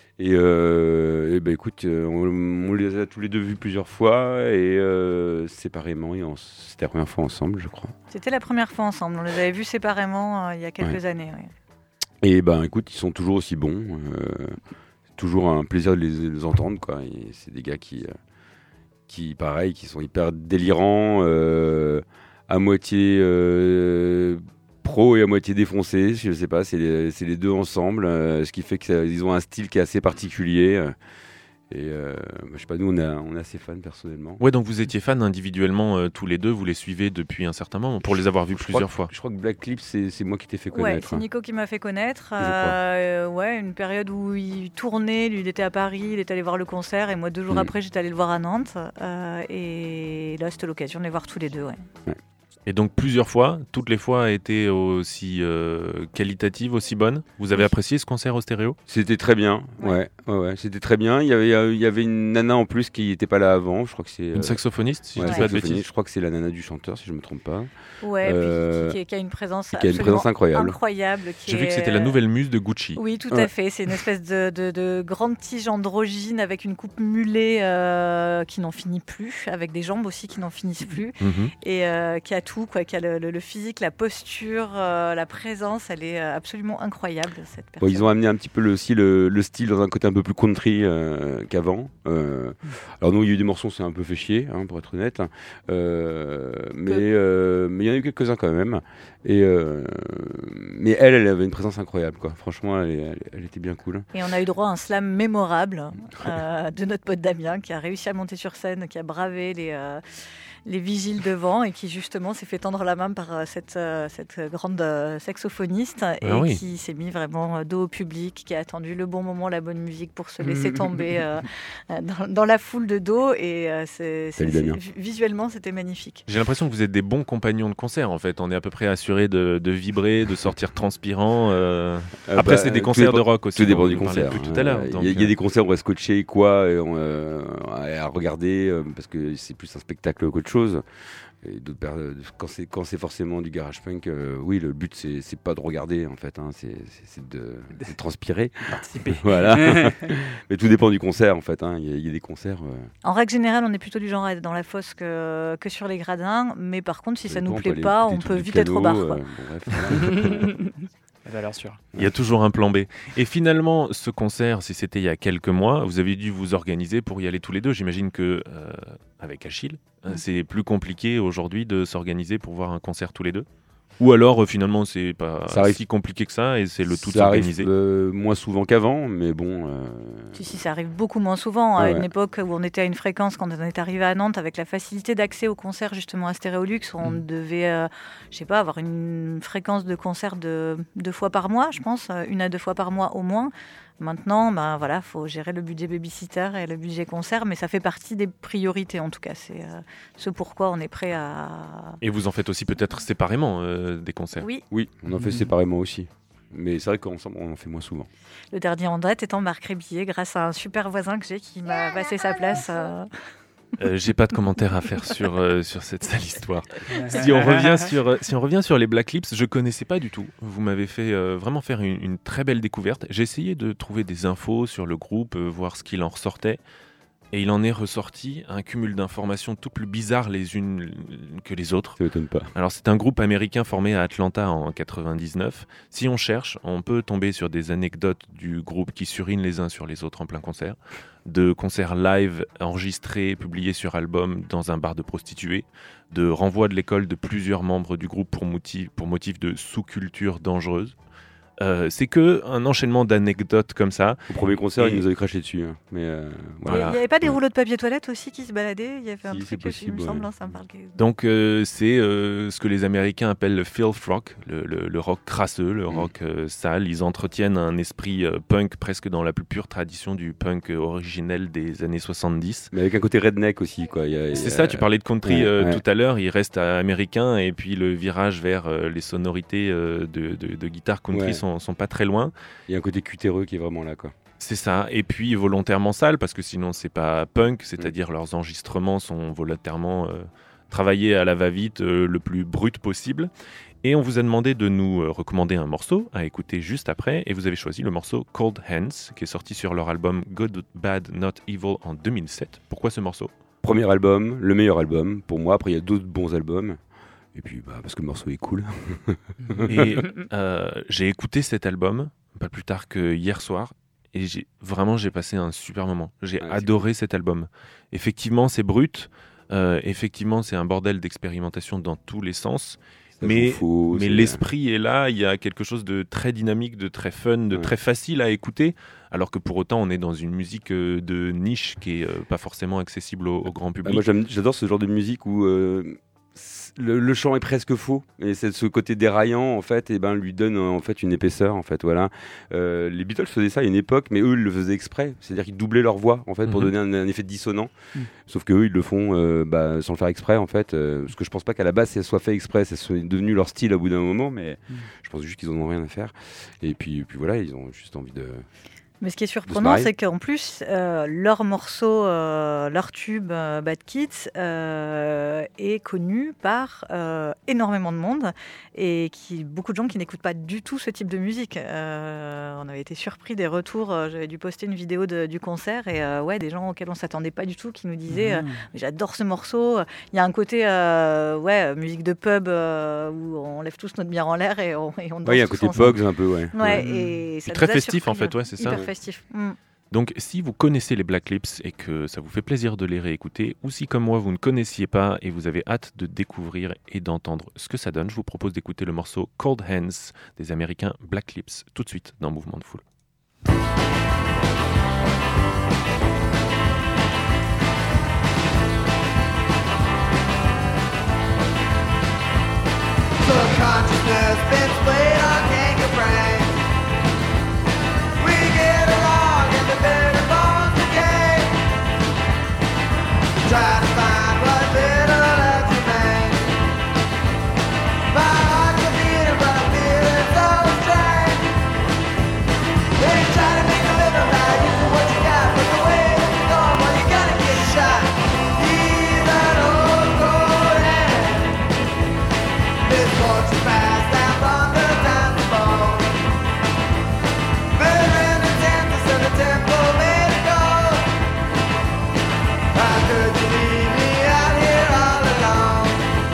Et bah, écoute, on les a tous les deux vus plusieurs fois et séparément. C'était la première fois ensemble, je crois. C'était la première fois ensemble. On les avait vus séparément il y a quelques années. Ouais. Et ben écoute, ils sont toujours aussi bons. Toujours un plaisir de les entendre, quoi. Et c'est des gars qui pareil, qui sont hyper délirants, à moitié pro et à moitié défoncés, je sais pas, c'est les deux ensemble, ce qui fait qu'ils ont un style qui est assez particulier. Et je sais pas, nous on est assez fans personnellement. Ouais, donc vous étiez fans individuellement tous les deux, vous les suivez depuis un certain moment pour les avoir vus plusieurs fois. Je crois que Black Lips, c'est moi qui t'ai fait connaître. Ouais, c'est Nico qui m'a fait connaître. Ouais, une période où il tournait, lui il était à Paris, il est allé voir le concert et moi 2 jours après j'étais allé le voir à Nantes. Et là c'était l'occasion de les voir tous les deux. Ouais. Et donc plusieurs fois, toutes les fois étaient aussi qualitatives, aussi bonnes. Vous avez apprécié ce concert au stéréo? C'était très bien, ouais, c'était très bien. Il y avait une nana en plus qui n'était pas là avant, je crois que c'est... Une saxophoniste, si je dis pas de bêtises. Je crois que c'est la nana du chanteur, si je ne me trompe pas. Ouais, qui a une présence incroyable. J'ai vu que c'était la nouvelle muse de Gucci. Oui, tout à fait. C'est une espèce de grande tige androgyne avec une coupe mulet qui n'en finit plus, avec des jambes aussi qui n'en finissent plus, et qui a tout, quoi, qui a le physique, la posture, la présence, elle est absolument incroyable, cette personne. Ils ont amené un petit peu le style dans un côté un peu plus country qu'avant. Alors nous, il y a eu des morceaux, c'est un peu fait chier, hein, pour être honnête, mais il y en a eu quelques-uns quand même. Mais elle avait une présence incroyable, quoi. Franchement, elle était bien cool. Et on a eu droit à un slam mémorable de notre pote Damien, qui a réussi à monter sur scène, qui a bravé les vigiles devant et qui justement s'est fait tendre la main par cette grande saxophoniste qui s'est mis vraiment dos au public, qui a attendu le bon moment, la bonne musique pour se laisser tomber dans la foule de dos. Et visuellement, c'était magnifique. J'ai l'impression que vous êtes des bons compagnons de concert, en fait. On est à peu près assuré de vibrer, de sortir transpirant. Après, c'est des concerts de rock aussi. Tout dépend du concert. Tout à l'heure. Il y a des concerts où on reste scotché à regarder parce que c'est plus un spectacle qu'autre chose. Et quand c'est forcément du garage punk, oui, le but c'est pas de regarder en fait, c'est de transpirer, participer. Voilà. Mais tout dépend du concert en fait. Il y a des concerts. En règle générale, on est plutôt du genre à être dans la fosse que sur les gradins. Mais par contre, si ça nous plaît pas, on peut vite être au bar. Quoi. Valeur sûre. Il y a toujours un plan B. Et finalement, ce concert, si c'était il y a quelques mois, vous avez dû vous organiser pour y aller tous les deux. J'imagine que avec Achille, c'est plus compliqué aujourd'hui de s'organiser pour voir un concert tous les deux. Ou alors finalement c'est pas si compliqué que ça et c'est le tout organisé. Moins souvent qu'avant, mais bon. Si, ça arrive beaucoup moins souvent. À une époque où on était à une fréquence, quand on est arrivé à Nantes, avec la facilité d'accès aux concerts justement à Stéréolux, on devait, avoir une fréquence de concert de 2 fois par mois, je pense, 1 à 2 fois par mois au moins. Maintenant, faut gérer le budget babysitter et le budget concert, mais ça fait partie des priorités en tout cas. C'est ce pourquoi on est prêt à... Et vous en faites aussi peut-être séparément des concerts ? Oui, on en fait séparément aussi. Mais c'est vrai qu'ensemble, on en fait moins souvent. Le dernier en date étant Marc Rébillet, grâce à un super voisin que j'ai qui m'a passé sa place... J'ai pas de commentaire à faire sur cette sale histoire. Si on revient sur les Black Lips, je connaissais pas du tout. Vous m'avez fait vraiment faire une très belle découverte. J'ai essayé de trouver des infos sur le groupe, voir ce qu'il en ressortait. Et il en est ressorti un cumul d'informations tout plus bizarres les unes que les autres. Ça m'étonne pas. Alors c'est un groupe américain formé à Atlanta en 99. Si on cherche, on peut tomber sur des anecdotes du groupe qui surinent les uns sur les autres en plein concert, de concerts live enregistrés, publiés sur album dans un bar de prostituées, de renvois de l'école de plusieurs membres du groupe pour motif de sous-culture dangereuse. C'est un enchaînement d'anecdotes comme ça. Au premier concert, il nous avait craché dessus. Mais voilà. Il n'y avait pas des rouleaux de papier toilette aussi qui se baladaient ? Il y avait un truc possible, il me semble, ça me parle. Donc c'est ce que les Américains appellent le filth rock, le rock crasseux, le rock sale. Ils entretiennent un esprit punk presque dans la plus pure tradition du punk originel des années 70. Mais avec un côté redneck aussi, quoi. C'est ça, tu parlais de country tout à l'heure, il reste américain et puis le virage vers les sonorités de guitare country sont pas très loin. Il y a un côté cutéreux qui est vraiment là, quoi. C'est ça, et puis volontairement sale, parce que sinon c'est pas punk, c'est-à-dire leurs enregistrements sont volontairement travaillés à la va-vite, le plus brut possible. Et on vous a demandé de nous recommander un morceau à écouter juste après, et vous avez choisi le morceau Cold Hands, qui est sorti sur leur album Good, Bad, Not Evil en 2007. Pourquoi ce morceau ? Premier album, le meilleur album pour moi. Après il y a d'autres bons albums. Et puis parce que le morceau est cool. Et j'ai écouté cet album pas plus tard que hier soir et j'ai passé un super moment. J'ai adoré cet album. Effectivement, c'est brut. Effectivement, c'est un bordel d'expérimentation dans tous les sens. Mais l'esprit est là. Il y a quelque chose de très dynamique, de très fun, de très facile à écouter. Alors que pour autant, on est dans une musique de niche qui est pas forcément accessible au grand public. Moi, j'adore ce genre de musique où le chant est presque faux, et c'est ce côté déraillant en fait, et lui donne en fait une épaisseur en fait, voilà. Les Beatles faisaient ça à une époque, mais eux ils le faisaient exprès, c'est-à-dire qu'ils doublaient leur voix en fait pour donner un effet dissonant. Sauf que eux ils le font sans le faire exprès en fait, parce que je pense pas qu'à la base ça soit fait exprès, ça soit devenu leur style au bout d'un moment, mais je pense juste qu'ils en ont rien à faire. Et puis voilà, ils ont juste envie de... Mais ce qui est surprenant, c'est qu'en plus, leur morceau, leur tube Bad Kids est connu par énormément de monde et beaucoup de gens qui n'écoutent pas du tout ce type de musique. On avait été surpris des retours. J'avais dû poster une vidéo du concert et des gens auxquels on ne s'attendait pas du tout qui nous disaient j'adore ce morceau. Il y a un côté musique de pub où on lève tous notre bière en l'air et on danse. Il y a un côté Pogs un peu, et ça très festif en fait, c'est ça. Festif. Donc si vous connaissez les Black Lips et que ça vous fait plaisir de les réécouter, ou si comme moi vous ne connaissiez pas et vous avez hâte de découvrir et d'entendre ce que ça donne, je vous propose d'écouter le morceau Cold Hands des Américains Black Lips tout de suite dans Mouvement de Foule. Try to find what little left remains. My heart's a beating, but I'm feeling so strange. They try to make a living by using what you got, but the way it's going, well, you gotta get shot. He's an old cold hand. This fortune fast down from the time to fall. Burning the tempest of the temple made of gold. How could you leave me out here all alone?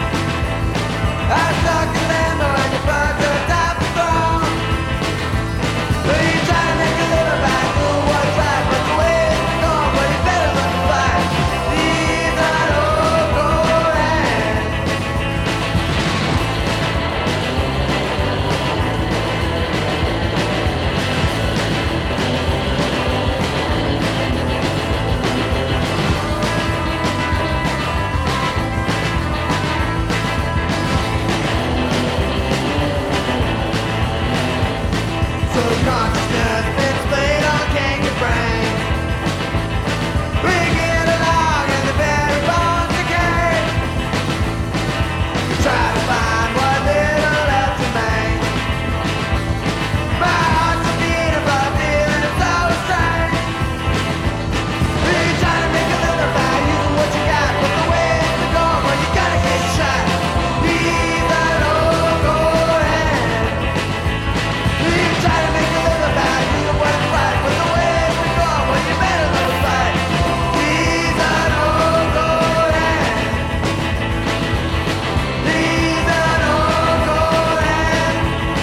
I stuck a limbo and you burned the top of the throne. But you try to make a living by doing what's right, but the way it's going, well, you better learn to fight. These are old gold hands. So consciousness been played on Kangaroo brain. We get along and the very bones decay. Try to find what little left remains. My heart's a beating, but I'm feeling so strange. We try to make a living by using what you got, but the way it's going, well, you gotta get shot. These are old gold hands. We try to make a living by using what's right, but the way it's going, well, you better learn to fight. These are old gold hands. These are old gold hands.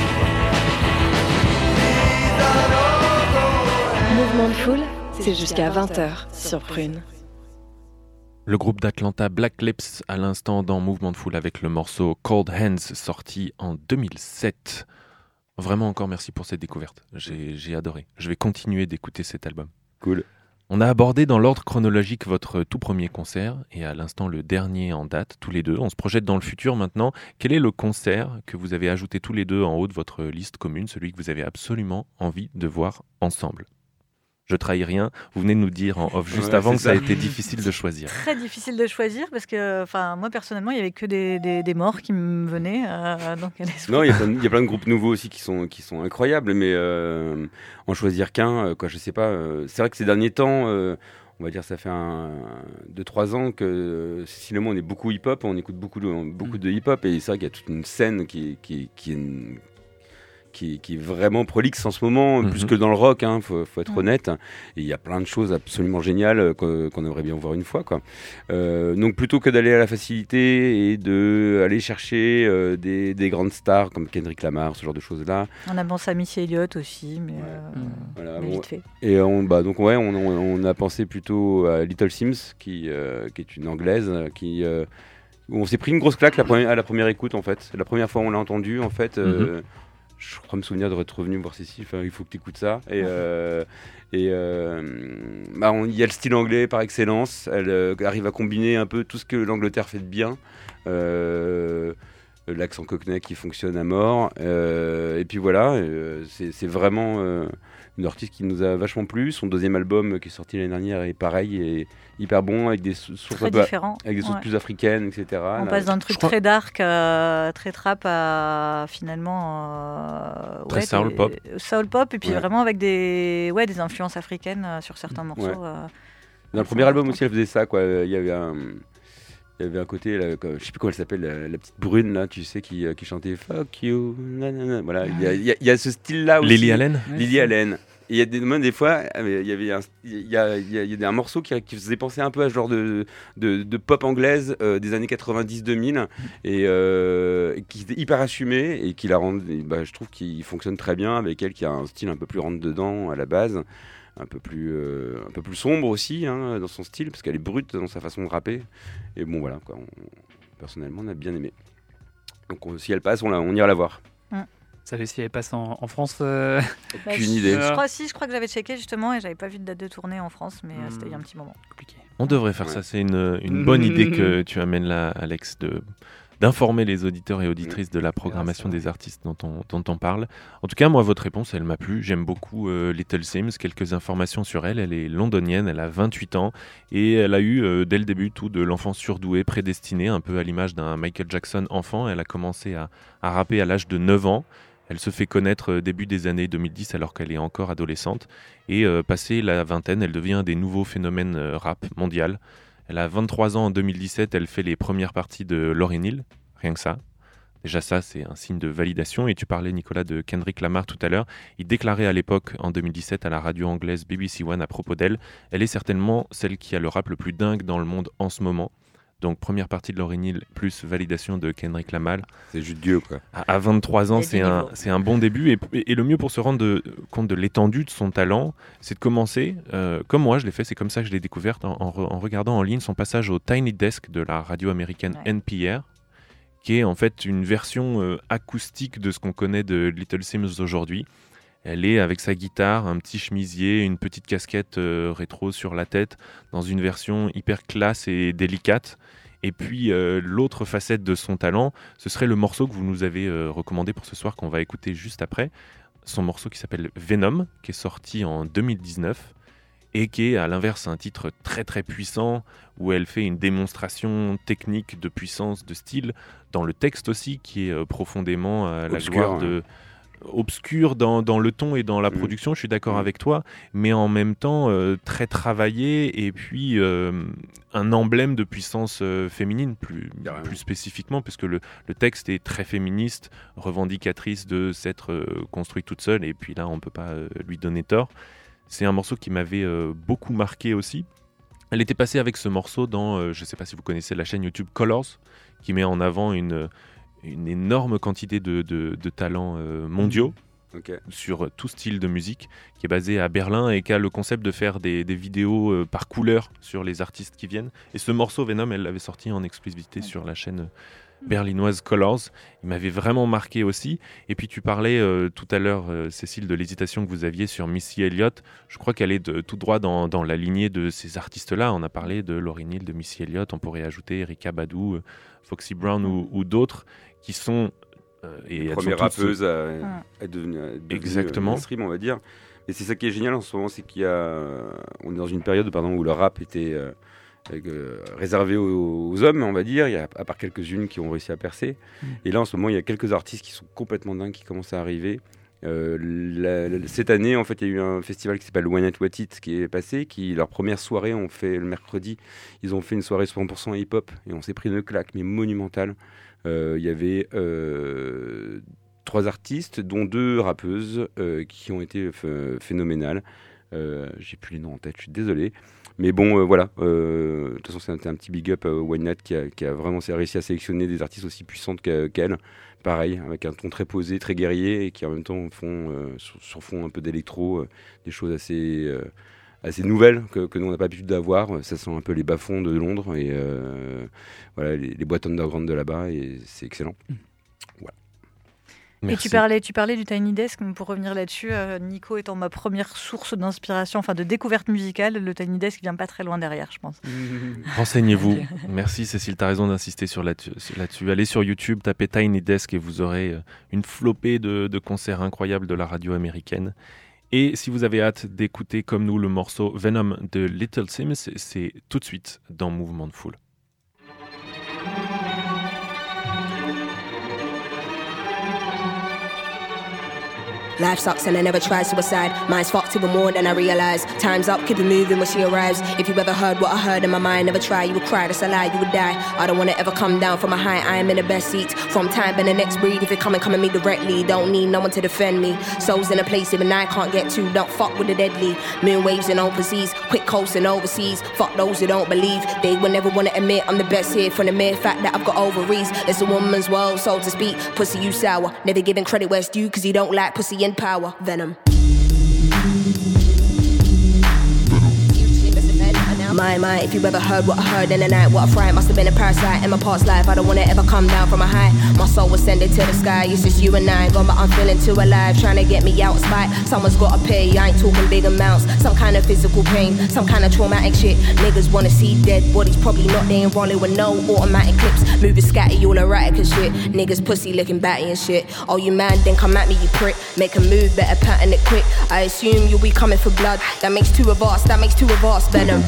These are old gold hands. Mouvement de foule, c'est jusqu'à 20h sur Prune. Le groupe d'Atlanta Black Lips à l'instant dans Mouvement de Foule avec le morceau Cold Hands sorti en 2007. Vraiment encore merci pour cette découverte, j'ai adoré. Je vais continuer d'écouter cet album. Cool. On a abordé dans l'ordre chronologique votre tout premier concert et à l'instant le dernier en date, tous les deux. On se projette dans le futur maintenant. Quel est le concert que vous avez ajouté tous les deux en haut de votre liste commune, celui que vous avez absolument envie de voir ensemble ? Je trahis rien, vous venez de nous dire en off juste avant que ça a été difficile de choisir. Très difficile de choisir parce que moi personnellement il n'y avait que des morts qui me venaient donc à l'esprit. Non, il y a plein de groupes nouveaux aussi qui sont incroyables, mais en choisir qu'un, je sais pas. C'est vrai que ces derniers temps, on va dire ça fait 2-3 ans que Cécile et moi on est beaucoup hip-hop, on écoute beaucoup de hip-hop et c'est vrai qu'il y a toute une scène qui est vraiment prolixe en ce moment, plus que dans le rock, faut être honnête. Et il y a plein de choses absolument géniales qu'on aimerait bien voir une fois, quoi. Donc plutôt que d'aller à la facilité et d'aller chercher des grandes stars comme Kendrick Lamar, ce genre de choses-là. On a pensé à Missy Elliott aussi, mais, voilà, mais vite fait. Et on a pensé plutôt à Little Sims, qui est une anglaise, où on s'est pris une grosse claque à la première écoute, en fait. La première fois où on l'a entendue, en fait... Je crois me souvenir d'être revenu voir Cécile, il faut que tu écoutes ça. Il y a le style anglais par excellence, elle arrive à combiner un peu tout ce que l'Angleterre fait de bien. L'accent cockney qui fonctionne à mort. Et puis voilà, c'est vraiment une artiste qui nous a vachement plu. Son deuxième album qui est sorti l'année dernière est pareil, et hyper bon, avec des sources avec des sources plus africaines, etc. On passe d'un truc très dark, très trap à finalement très soul pop. Soul pop, et puis vraiment avec des influences africaines sur certains morceaux. Dans le premier album aussi, elle faisait ça, quoi. Il y avait un côté, là, je sais plus comment elle s'appelle, la petite brune là, tu sais, qui chantait Fuck you, nanana. Voilà, il y a ce style-là aussi. Lily Allen. Lily Allen. Il y a des fois, il y a un morceau qui faisait penser un peu à ce genre de pop anglaise des années 90-2000 et qui était hyper assumé et qui la rend, je trouve qu'il fonctionne très bien avec elle, qui a un style un peu plus rentre-dedans à la base. Un peu plus sombre aussi dans son style, parce qu'elle est brute dans sa façon de rapper. Et bon, voilà, quoi. Personnellement, on a bien aimé. Donc, si elle passe, on ira la voir. Ça savez si elle passe en France Aucune idée. Je crois que j'avais checké justement et j'avais pas vu de date de tournée en France, mais c'était il y a un petit moment. Compliqué. On devrait faire ça, c'est une bonne idée que tu amènes là, Alex, d'informer les auditeurs et auditrices de la programmation des artistes dont on parle. En tout cas, moi, votre réponse, elle m'a plu. J'aime beaucoup Little Sims. Quelques informations sur elle. Elle est londonienne, elle a 28 ans et elle a eu, dès le début, tout de l'enfant surdoué, prédestiné, un peu à l'image d'un Michael Jackson enfant. Elle a commencé à rapper à l'âge de 9 ans. Elle se fait connaître début des années 2010 alors qu'elle est encore adolescente. Et passée la vingtaine, elle devient un des nouveaux phénomènes rap mondial. Elle a 23 ans en 2017, elle fait les premières parties de Lauryn Hill, rien que ça. Déjà ça, c'est un signe de validation. Et tu parlais, Nicolas, de Kendrick Lamar tout à l'heure. Il déclarait à l'époque, en 2017, à la radio anglaise BBC One à propos d'elle, elle est certainement celle qui a le rap le plus dingue dans le monde en ce moment. Donc première partie de Lauryn Hill plus validation de Kendrick Lamar. C'est juste Dieu, quoi. À 23 ans, c'est un bon début. Et le mieux pour se rendre compte de l'étendue de son talent, c'est de commencer, comme moi je l'ai fait, c'est comme ça que je l'ai découverte, en regardant en ligne son passage au Tiny Desk de la radio américaine NPR, qui est en fait une version acoustique de ce qu'on connaît de Little Sims aujourd'hui. Elle est avec sa guitare, un petit chemisier, une petite casquette rétro sur la tête, dans une version hyper classe et délicate. Et puis l'autre facette de son talent, ce serait le morceau que vous nous avez recommandé pour ce soir, qu'on va écouter juste après. Son morceau qui s'appelle Venom, qui est sorti en 2019 et qui est à l'inverse un titre très très puissant, où elle fait une démonstration technique de puissance, de style, dans le texte aussi, qui est profondément à la gloire de... obscur dans le ton et dans la production, je suis d'accord avec toi, mais en même temps très travaillé, et puis un emblème de puissance féminine plus spécifiquement, parce que le texte est très féministe, revendicatrice de s'être construite toute seule, et puis là on peut pas lui donner tort. C'est un morceau qui m'avait beaucoup marqué aussi. Elle était passée avec ce morceau dans, je sais pas si vous connaissez la chaîne YouTube Colors, qui met en avant une énorme quantité de talents mondiaux sur tout style de musique, qui est basé à Berlin et qui a le concept de faire des vidéos par couleur sur les artistes qui viennent. Et ce morceau Venom, elle l'avait sorti en exclusivité sur la chaîne berlinoise Colors. Il m'avait vraiment marqué aussi. Et puis tu parlais tout à l'heure, Cécile, de l'hésitation que vous aviez sur Missy Elliott. Je crois qu'elle est tout droit dans la lignée de ces artistes-là. On a parlé de Lauryn Hill, de Missy Elliott. On pourrait ajouter Erykah Badu, Foxy Brown ou d'autres qui sont les premières rappeuses à devenir mainstream, on va dire. Et c'est ça qui est génial en ce moment, c'est on est dans une période où le rap était réservé aux hommes, on va dire, à part quelques-unes qui ont réussi à percer. Et là, en ce moment, il y a quelques artistes qui sont complètement dingues qui commencent à arriver. Cette année, en fait, il y a eu un festival qui s'appelle Why Not What It qui est passé, leur première soirée, on fait le mercredi, ils ont fait une soirée 100% hip-hop et on s'est pris une claque, mais monumentale. Il y avait 3 artistes, dont 2 rappeuses qui ont été phénoménales. J'ai plus les noms en tête, je suis désolé. Mais bon, voilà. De toute façon, c'est un petit big up à Why Not qui a vraiment réussi à sélectionner des artistes aussi puissantes qu'elle. Pareil, avec un ton très posé, très guerrier, et qui en même temps font sur fond un peu d'électro, des choses assez nouvelles que nous on n'a pas l'habitude d'avoir. Ça sent un peu les bas-fonds de Londres et voilà, les boîtes underground de là-bas, et c'est excellent. Voilà. Merci. Et tu parlais du Tiny Desk, pour revenir là-dessus, Nico étant ma première source d'inspiration, de découverte musicale, le Tiny Desk vient pas très loin derrière, je pense. Renseignez-vous. Merci Cécile, tu as raison d'insister là-dessus. Allez sur YouTube, tapez Tiny Desk et vous aurez une flopée de concerts incroyables de la radio américaine. Et si vous avez hâte d'écouter comme nous le morceau Venom de Little Sims, c'est tout de suite dans Mouvement de Foule. Life sucks and I never tried suicide. Mine's fucked even more than I realize. Time's up, keep it moving when she arrives. If you ever heard what I heard in my mind, never try, you would cry, that's a lie, you would die. I don't wanna ever come down from a high, I am in the best seat. From time and the next breed, if you come at me directly, don't need no one to defend me. Souls in a place even I can't get to, don't fuck with the deadly. Moon waves and overseas, quick coasting overseas. Fuck those who don't believe, they will never wanna admit I'm the best here. From the mere fact that I've got ovaries, it's a woman's world, so to speak. Pussy you sour, never giving credit where it's due, cause you don't like pussy and power. Venom. My, if you ever heard what I heard in the night, what a fright, must have been a parasite in my past life. I don't wanna ever come down from a height. My soul was sending to the sky, it's just you and I. Gone, but I'm feeling too alive, trying to get me out of spite. Someone's gotta pay, I ain't talking big amounts. Some kind of physical pain, some kind of traumatic shit. Niggas wanna see dead bodies, probably not, they ain't rolling with no automatic clips. Moving scatty, all erratic and shit. Niggas pussy looking batty and shit. Oh, you man, then come at me, you prick. Make a move, better pattern it quick. I assume you'll be coming for blood. That makes two of us, Venom.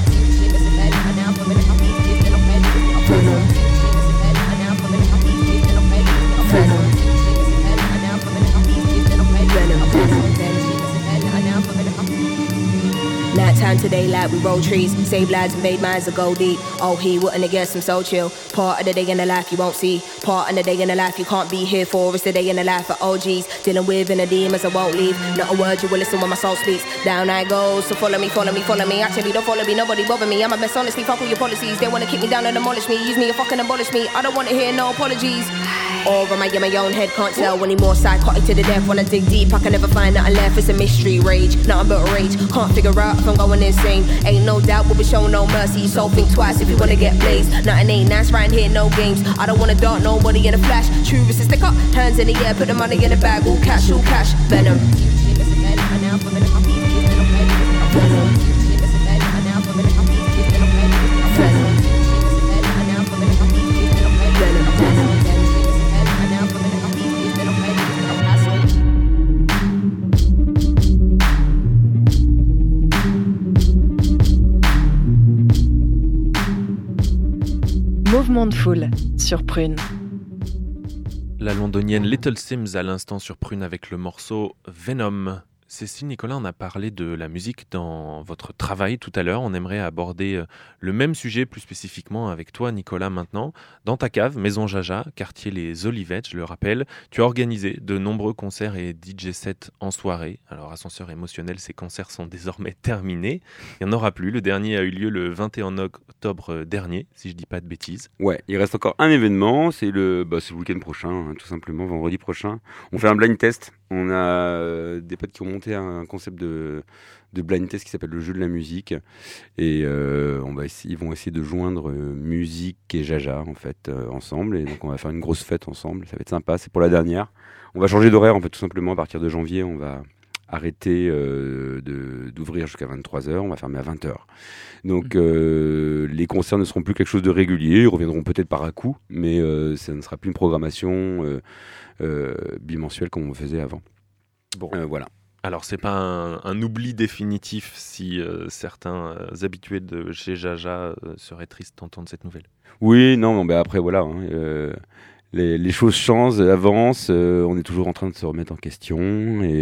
Nighttime to daylight, we roll trees, save lives, invade minds, or go deep. Oh, he wouldn't have guessed I'm so chill. Part of the day in the life you won't see. Part of the day in the life you can't be here for. It's the day in the life of OGs. Dealing with inner demons I won't leave. Not a word you will listen when my soul speaks. Down I go, so follow me. Actually, don't follow me, nobody bother me. I'm a mess, honestly, fuck all your policies. They wanna kick me down and demolish me. Use me or fucking abolish me. I don't wanna hear no apologies. Or am I in my own head? Can't tell anymore. Psychotic to the death. When I dig deep, I can never find nothing left. It's a mystery, rage, nothing but rage. Can't figure out if I'm going insane. Ain't no doubt we'll be showing no mercy. So think twice if you wanna get blazed. Nothing ain't nice right here, no games. I don't wanna dart nobody in a flash. True is to stick up, hands in the air, put the money in the bag. All cash, Venom. Mouvement de foule sur Prune. La londonienne Little Sims à l'instant sur Prune avec le morceau Venom. Cécile, Nicolas, on a parlé de la musique dans votre travail tout à l'heure. On aimerait aborder le même sujet plus spécifiquement avec toi, Nicolas, maintenant. Dans ta cave, Maison Jaja, quartier Les Olivettes, je le rappelle, tu as organisé de nombreux concerts et DJ sets en soirée. Alors, ascenseur émotionnel, ces concerts sont désormais terminés. Il n'y en aura plus. Le dernier a eu lieu le 21 octobre dernier, si je ne dis pas de bêtises. Ouais, il reste encore un événement, c'est le week-end prochain, hein, tout simplement, vendredi prochain. On fait un blind test. On a des potes qui ont monté un concept de blind test qui s'appelle le jeu de la musique. Et ils vont essayer de joindre musique et jaja, en fait, ensemble. Et donc, on va faire une grosse fête ensemble. Ça va être sympa. C'est pour la dernière. On va changer d'horaire, en fait, tout simplement. À partir de janvier, on va arrêter d'ouvrir jusqu'à 23h. On va fermer à 20h. Donc, les concerts ne seront plus quelque chose de régulier. Ils reviendront peut-être par à-coup. Mais ça ne sera plus une programmation bimensuelle comme on faisait avant. Bon. Voilà. Alors, c'est pas un oubli définitif si certains habitués de chez Jaja seraient tristes d'entendre cette nouvelle. Oui, non, mais après, voilà. Hein, les choses changent, avancent. On est toujours en train de se remettre en question. Et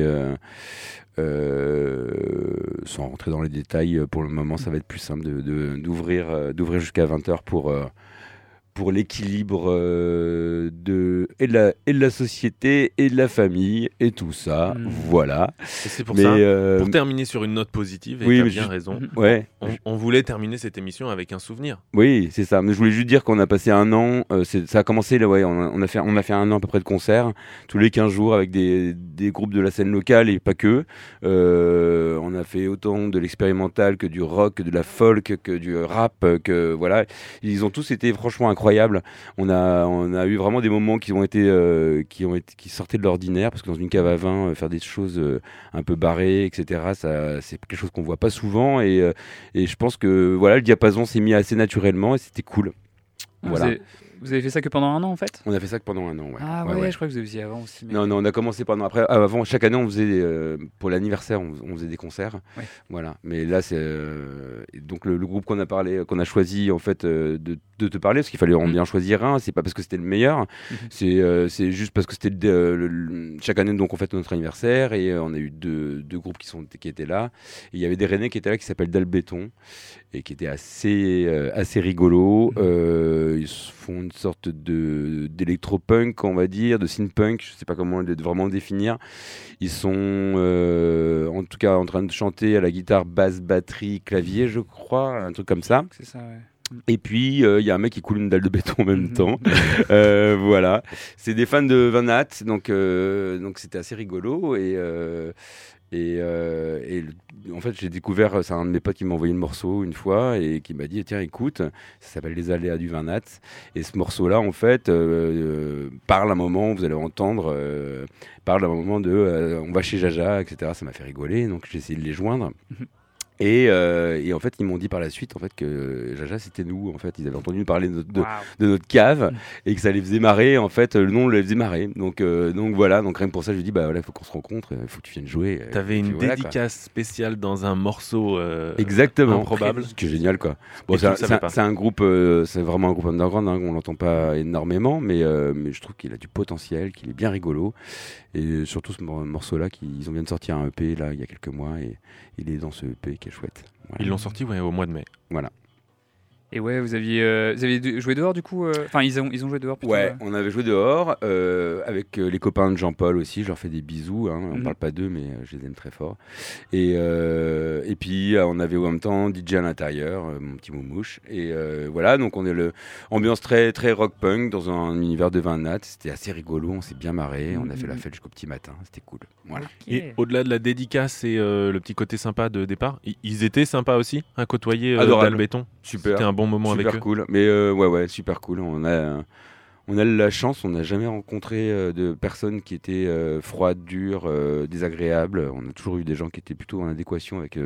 sans rentrer dans les détails, pour le moment, ça va être plus simple d'ouvrir jusqu'à 20h pour l'équilibre de la société et de la famille et tout ça, voilà. Et c'est pour ça, pour terminer sur une note positive, et tu as bien raison, on voulait terminer cette émission avec un souvenir. Oui, c'est ça. Mais je voulais juste dire qu'on a passé un an, ça a commencé, là, on a fait un an à peu près de concerts, tous les 15 jours avec des groupes de la scène locale et pas que. On a fait autant de l'expérimental que du rock, que de la folk, que du rap, que voilà. Ils ont tous été franchement incroyables. On a eu vraiment des moments qui sortaient de l'ordinaire, parce que dans une cave à vin, faire des choses un peu barrées, etc., ça, c'est quelque chose qu'on voit pas souvent, et je pense que voilà, le diapason s'est mis assez naturellement et c'était cool. Voilà. Vous avez fait ça que pendant un an, en fait ? On a fait ça que pendant un an, ouais. Ah ouais, je crois que vous faisiez avant aussi. Mais... Non, on a commencé pendant. Après, avant, chaque année, on faisait pour l'anniversaire, on faisait des concerts. Ouais. Voilà. Mais là, c'est donc le groupe qu'on a choisi en fait de te parler, parce qu'il fallait en bien choisir un. C'est pas parce que c'était le meilleur. C'est juste parce que c'était chaque année, donc on fête notre anniversaire, et on a eu deux groupes qui étaient là. Et il y avait des Rennais qui étaient là, qui s'appellent Dalbéton, et qui étaient assez rigolo. Ils font une sorte d'électropunk, on va dire, de synth-punk, je sais pas comment vraiment le définir. Ils sont en tout cas en train de chanter à la guitare, basse, batterie, clavier, je crois, un truc comme ça. C'est ça, ouais. Et puis il y a un mec qui coule une dalle de béton en même temps. Voilà, c'est des fans de Van Hatt, donc c'était assez rigolo, et En fait, j'ai découvert, c'est un de mes potes qui m'a envoyé le morceau une fois et qui m'a dit tiens, écoute, ça s'appelle Les Aléas du Vin Nat. Et ce morceau-là, en fait, parle un moment, vous allez entendre, parle un moment de on va chez Jaja, etc. Ça m'a fait rigoler, donc j'ai essayé de les joindre. Et en fait, ils m'ont dit par la suite en fait, que Jaja, c'était nous. En fait, ils avaient entendu parler de notre cave et que ça les faisait marrer. En fait, le nom les faisait marrer. Donc voilà. Donc rien que pour ça, je lui dis bah voilà, il faut qu'on se rencontre. Il faut que tu viennes jouer. T'avais une dédicace spéciale dans un morceau exactement improbable. C'est génial quoi. Bon, c'est un groupe, c'est vraiment un groupe underground. On l'entend pas énormément, mais je trouve qu'il a du potentiel, qu'il est bien rigolo. Et surtout ce morceau-là, ils ont bien de sortir un EP là il y a quelques mois et il est dans ce EP qui est chouette. Voilà. Ils l'ont sorti au mois de mai. Voilà. Et ouais, vous aviez joué dehors du coup Enfin, ils ont joué dehors plutôt. Ouais, on avait joué dehors avec les copains de Jean-Paul aussi. Je leur fais des bisous. On parle pas d'eux, mais je les aime très fort. Et puis on avait en même temps DJ à l'intérieur, mon petit moumouche. Et voilà, donc on est ambiance très très rock punk dans un univers de Vin Nat. C'était assez rigolo. On s'est bien marré. On a fait la fête jusqu'au petit matin. C'était cool. Voilà. Et au-delà de la dédicace et le petit côté sympa de départ, ils étaient sympas aussi à côtoyer Dalbéton. Super. C'était un bon moment super avec eux. Cool. Mais ouais, super cool. On a la chance, on n'a jamais rencontré de personnes qui étaient froides, dures, désagréables. On a toujours eu des gens qui étaient plutôt en adéquation avec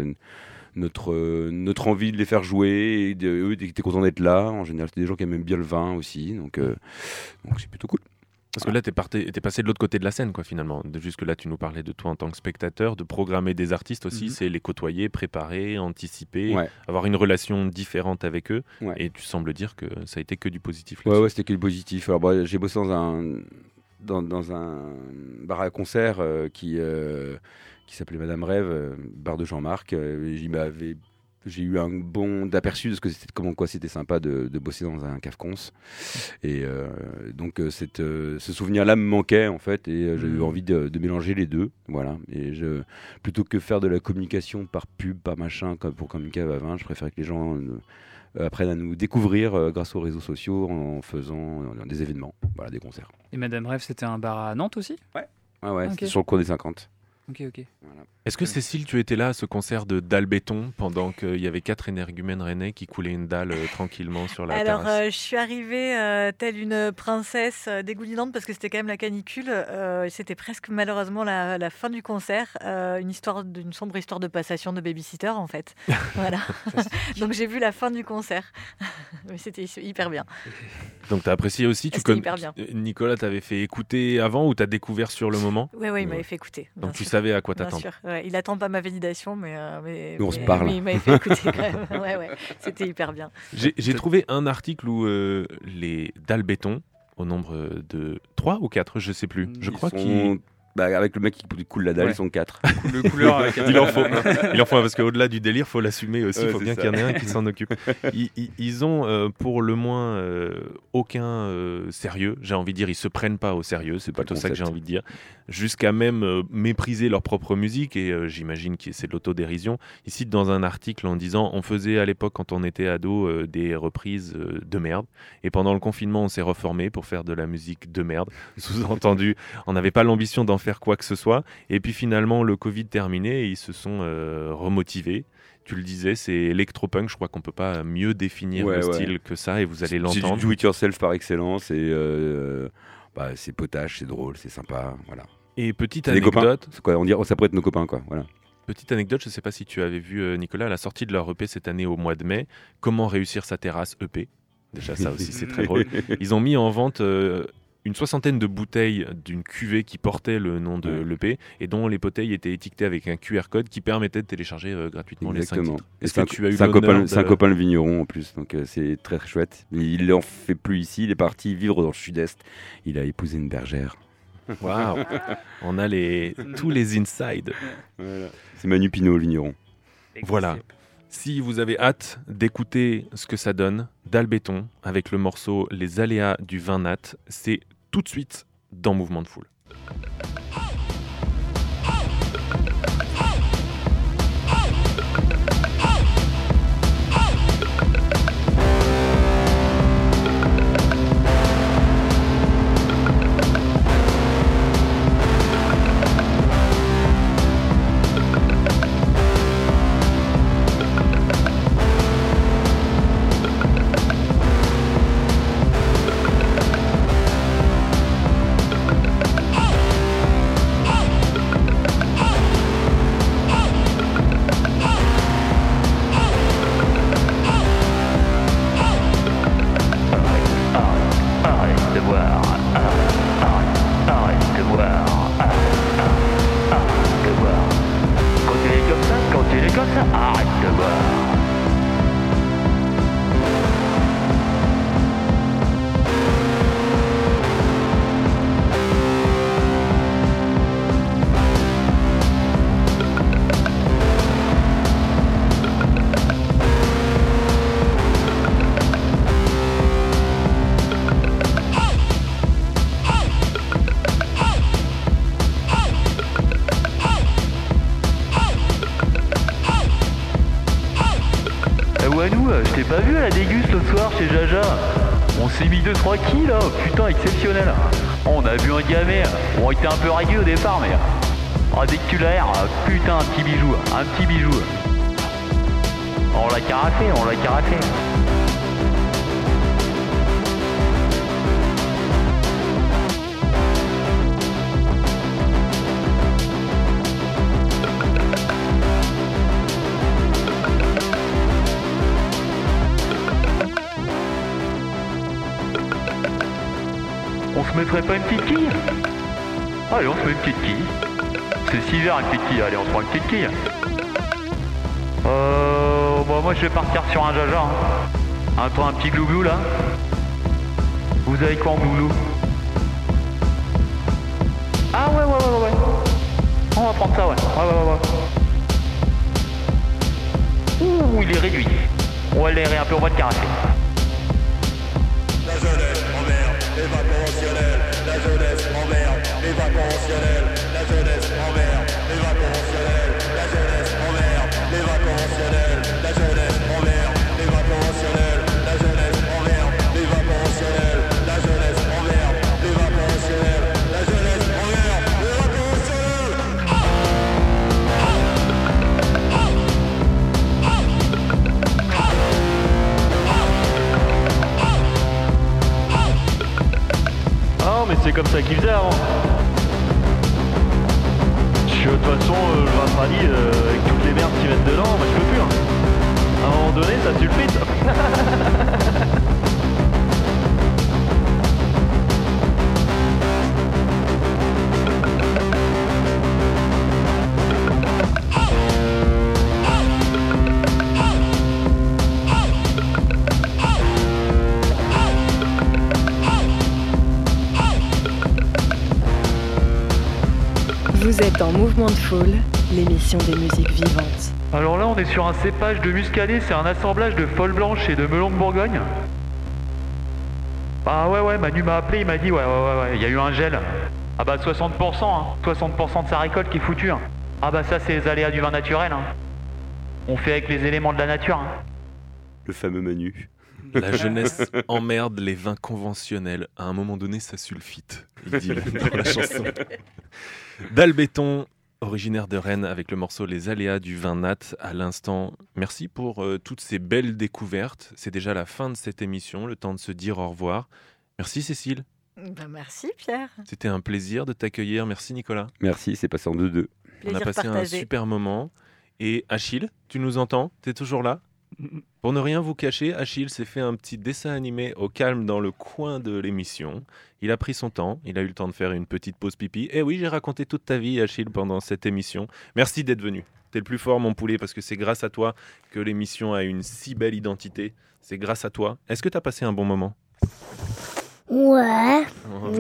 notre envie de les faire jouer. Eux étaient contents d'être là. En général, c'était des gens qui aimaient bien le vin aussi. Donc c'est plutôt cool. Parce que là, t'es passé de l'autre côté de la scène, quoi, finalement. Jusque-là, tu nous parlais de toi en tant que spectateur, de programmer des artistes aussi, c'est les côtoyer, préparer, anticiper, avoir une relation différente avec eux. Ouais. Et tu sembles dire que ça a été que du positif. Ouais, c'était que du positif. Alors, j'ai bossé dans un bar à concert qui s'appelait Madame Rêve, bar de Jean-Marc. J'ai eu un bon aperçu de ce que c'était, quoi c'était sympa de bosser dans un cave-cons. Et donc ce souvenir-là me manquait en fait, et j'ai eu envie de mélanger les deux. Voilà. Et plutôt que faire de la communication par pub, par machin, comme une cave à vin, je préférais que les gens apprennent à nous découvrir grâce aux réseaux sociaux en faisant des événements, voilà, des concerts. Et Madame Rêve, c'était un bar à Nantes aussi ? Ouais. Ah ouais, c'était sur le cours des 50. Ok. Voilà. Est-ce que Cécile, tu étais là à ce concert de Dalbéton pendant qu'il y avait 4 énergumènes rennais qui coulaient une dalle tranquillement sur la terrasse ? Alors, je suis arrivée telle une princesse dégoulinante parce que c'était quand même la canicule. C'était presque malheureusement la fin du concert. Une sombre histoire de passation de babysitter en fait. Voilà. Donc j'ai vu la fin du concert. Mais c'était hyper bien. Donc tu as apprécié aussi. Hyper bien. Nicolas t'avait fait écouter avant ou t'as découvert sur le moment ? Oui, il m'avait fait écouter. Donc tu savais à quoi t'attendre. Bien sûr. Ouais, il attend pas ma validation, mais on se parle. Mais il m'avait fait écouter quand même. Ouais, c'était hyper bien. J'ai trouvé un article où les Dalbéton, au nombre de 3 ou 4, je sais plus. Je crois qu'ils... avec le mec qui coule la dalle, ils sont 4. Le couleur avec il en faut un, parce qu'au-delà du délire, il faut l'assumer aussi. Il faut bien qu'il y en ait un qui s'en occupe. Ils ont pour le moins aucun sérieux. J'ai envie de dire, ils se prennent pas au sérieux. C'est plutôt ça que j'ai envie de dire. Jusqu'à même mépriser leur propre musique. Et j'imagine que c'est de l'autodérision. Ils citent dans un article en disant on faisait à l'époque, quand on était ado, des reprises de merde. Et pendant le confinement, on s'est reformé pour faire de la musique de merde. Sous-entendu, on n'avait pas l'ambition d'en faire quoi que ce soit, et puis finalement le Covid terminé et ils se sont remotivés. Tu le disais, c'est électropunk, je crois qu'on peut pas mieux définir le style que ça, et vous allez l'entendre. C'est du do-it-yourself par excellence, et c'est potache, c'est drôle, c'est sympa, voilà. Et petite anecdote, ça pourrait être nos copains, quoi, voilà. Petite anecdote, je ne sais pas si tu avais vu Nicolas, à la sortie de leur EP cette année au mois de mai, Comment réussir sa terrasse EP. Déjà ça aussi c'est très drôle. Ils ont mis en vente une 60aine de bouteilles d'une cuvée qui portait le nom de l'EP et dont les bouteilles étaient étiquetées avec un QR code qui permettait de télécharger gratuitement les 5 titres. C'est un copain le vigneron en plus, donc c'est très chouette. Il n'en fait plus ici, il est parti vivre dans le sud-est. Il a épousé une bergère. Waouh. On a tous les inside. Voilà. C'est Manu Pinot, le vigneron. Voilà. Si vous avez hâte d'écouter ce que ça donne, Dalbéton, avec le morceau Les Aléas du Vin Nat, c'est tout de suite dans Mouvement de Foule. je t'ai pas vu à la déguste l'autre soir chez Jaja. On s'est mis 2-3 kills là, putain exceptionnel. On a bu un gamet, on était un peu ragué au départ mais... dès que tu l'aères, putain un petit bijou. On l'a carafé. On se mettrait pas une petite quille? Allez, on se met une petite quille. C'est si vert une petite quille, allez on se prend une petite quille. Moi je vais partir sur un Jaja. Un petit glouglou là. Vous avez quoi en glouglou? Ah ouais. On va prendre ça ouais. Ouh il est réduit. On va l'aérer un peu, on va le caresser. La jeunesse envers les vaporationnels. La jeunesse envers les vaporationnels. La jeunesse envers les vaporationnels. La jeunesse envers les vaporationnels. La jeunesse envers les vaporationnels. La jeunesse envers les vaporationnels. La jeunesse envers les vaporationnels. La jeunesse envers les vaporationnels. Ah mais c'est comme ça qu'ils faisaient avant. De toute façon, le vin Fradi, avec toutes les merdes qui mettent dedans, je peux plus. À un moment donné, ça sulfite. Vous êtes en Mouvement de Foule, l'émission des musiques vivantes. Alors là, on est sur un cépage de muscadet, c'est un assemblage de folle blanche et de melon de Bourgogne. Ah ouais, Manu m'a appelé, il m'a dit ouais, il y a eu un gel. Ah bah 60%, 60% de sa récolte qui est foutue. Ah bah ça, c'est les aléas du vin naturel. On fait avec les éléments de la nature. Le fameux Manu. La jeunesse emmerde les vins conventionnels. À un moment donné, ça sulfite, il dit dans la chanson. Dalbéton, originaire de Rennes, avec le morceau Les aléas du vin nat à l'instant. Merci pour toutes ces belles découvertes. C'est déjà la fin de cette émission, le temps de se dire au revoir. Merci Cécile. Merci Pierre. C'était un plaisir de t'accueillir. Merci Nicolas. Merci, c'est passé en 2-2. On a passé un super moment. Et Achille, tu nous entends? T'es toujours là? Pour ne rien vous cacher, Achille s'est fait un petit dessin animé au calme dans le coin de l'émission. Il a pris son temps, il a eu le temps de faire une petite pause pipi. Et oui, j'ai raconté toute ta vie, Achille, pendant cette émission. Merci d'être venu. T'es le plus fort, mon poulet, parce que c'est grâce à toi que l'émission a une si belle identité. C'est grâce à toi. Est-ce que t'as passé un bon moment? Ouais,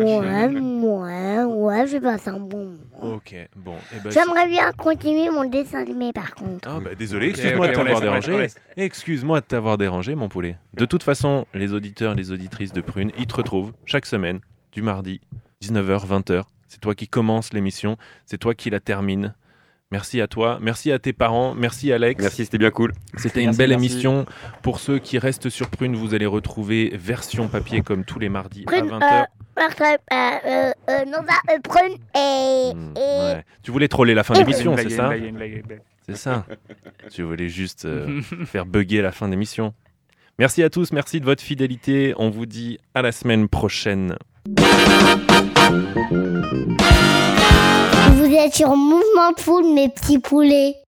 j'ai passé un bon moment. Ok, bon. J'aimerais bien continuer mon dessin animé par contre. Ah bah désolé, excuse-moi de t'avoir dérangé. Excuse-moi de t'avoir dérangé, mon poulet. De toute façon, les auditeurs, les auditrices de Prune, ils te retrouvent chaque semaine, du mardi, 19h, 20h. C'est toi qui commence l'émission, c'est toi qui la termine. Merci à toi, merci à tes parents, merci Alex. Merci, c'était bien cool. C'était une belle émission. Pour ceux qui restent sur Prune, vous allez retrouver version papier comme tous les mardis à 20h. Prune et... Ouais. Tu voulais troller la fin de l'émission, c'est ça? C'est ça. Tu voulais juste faire bugger la fin d'émission. Merci à tous, merci de votre fidélité. On vous dit à la semaine prochaine. Vous êtes sur Mouvement de Foule, mes petits poulets.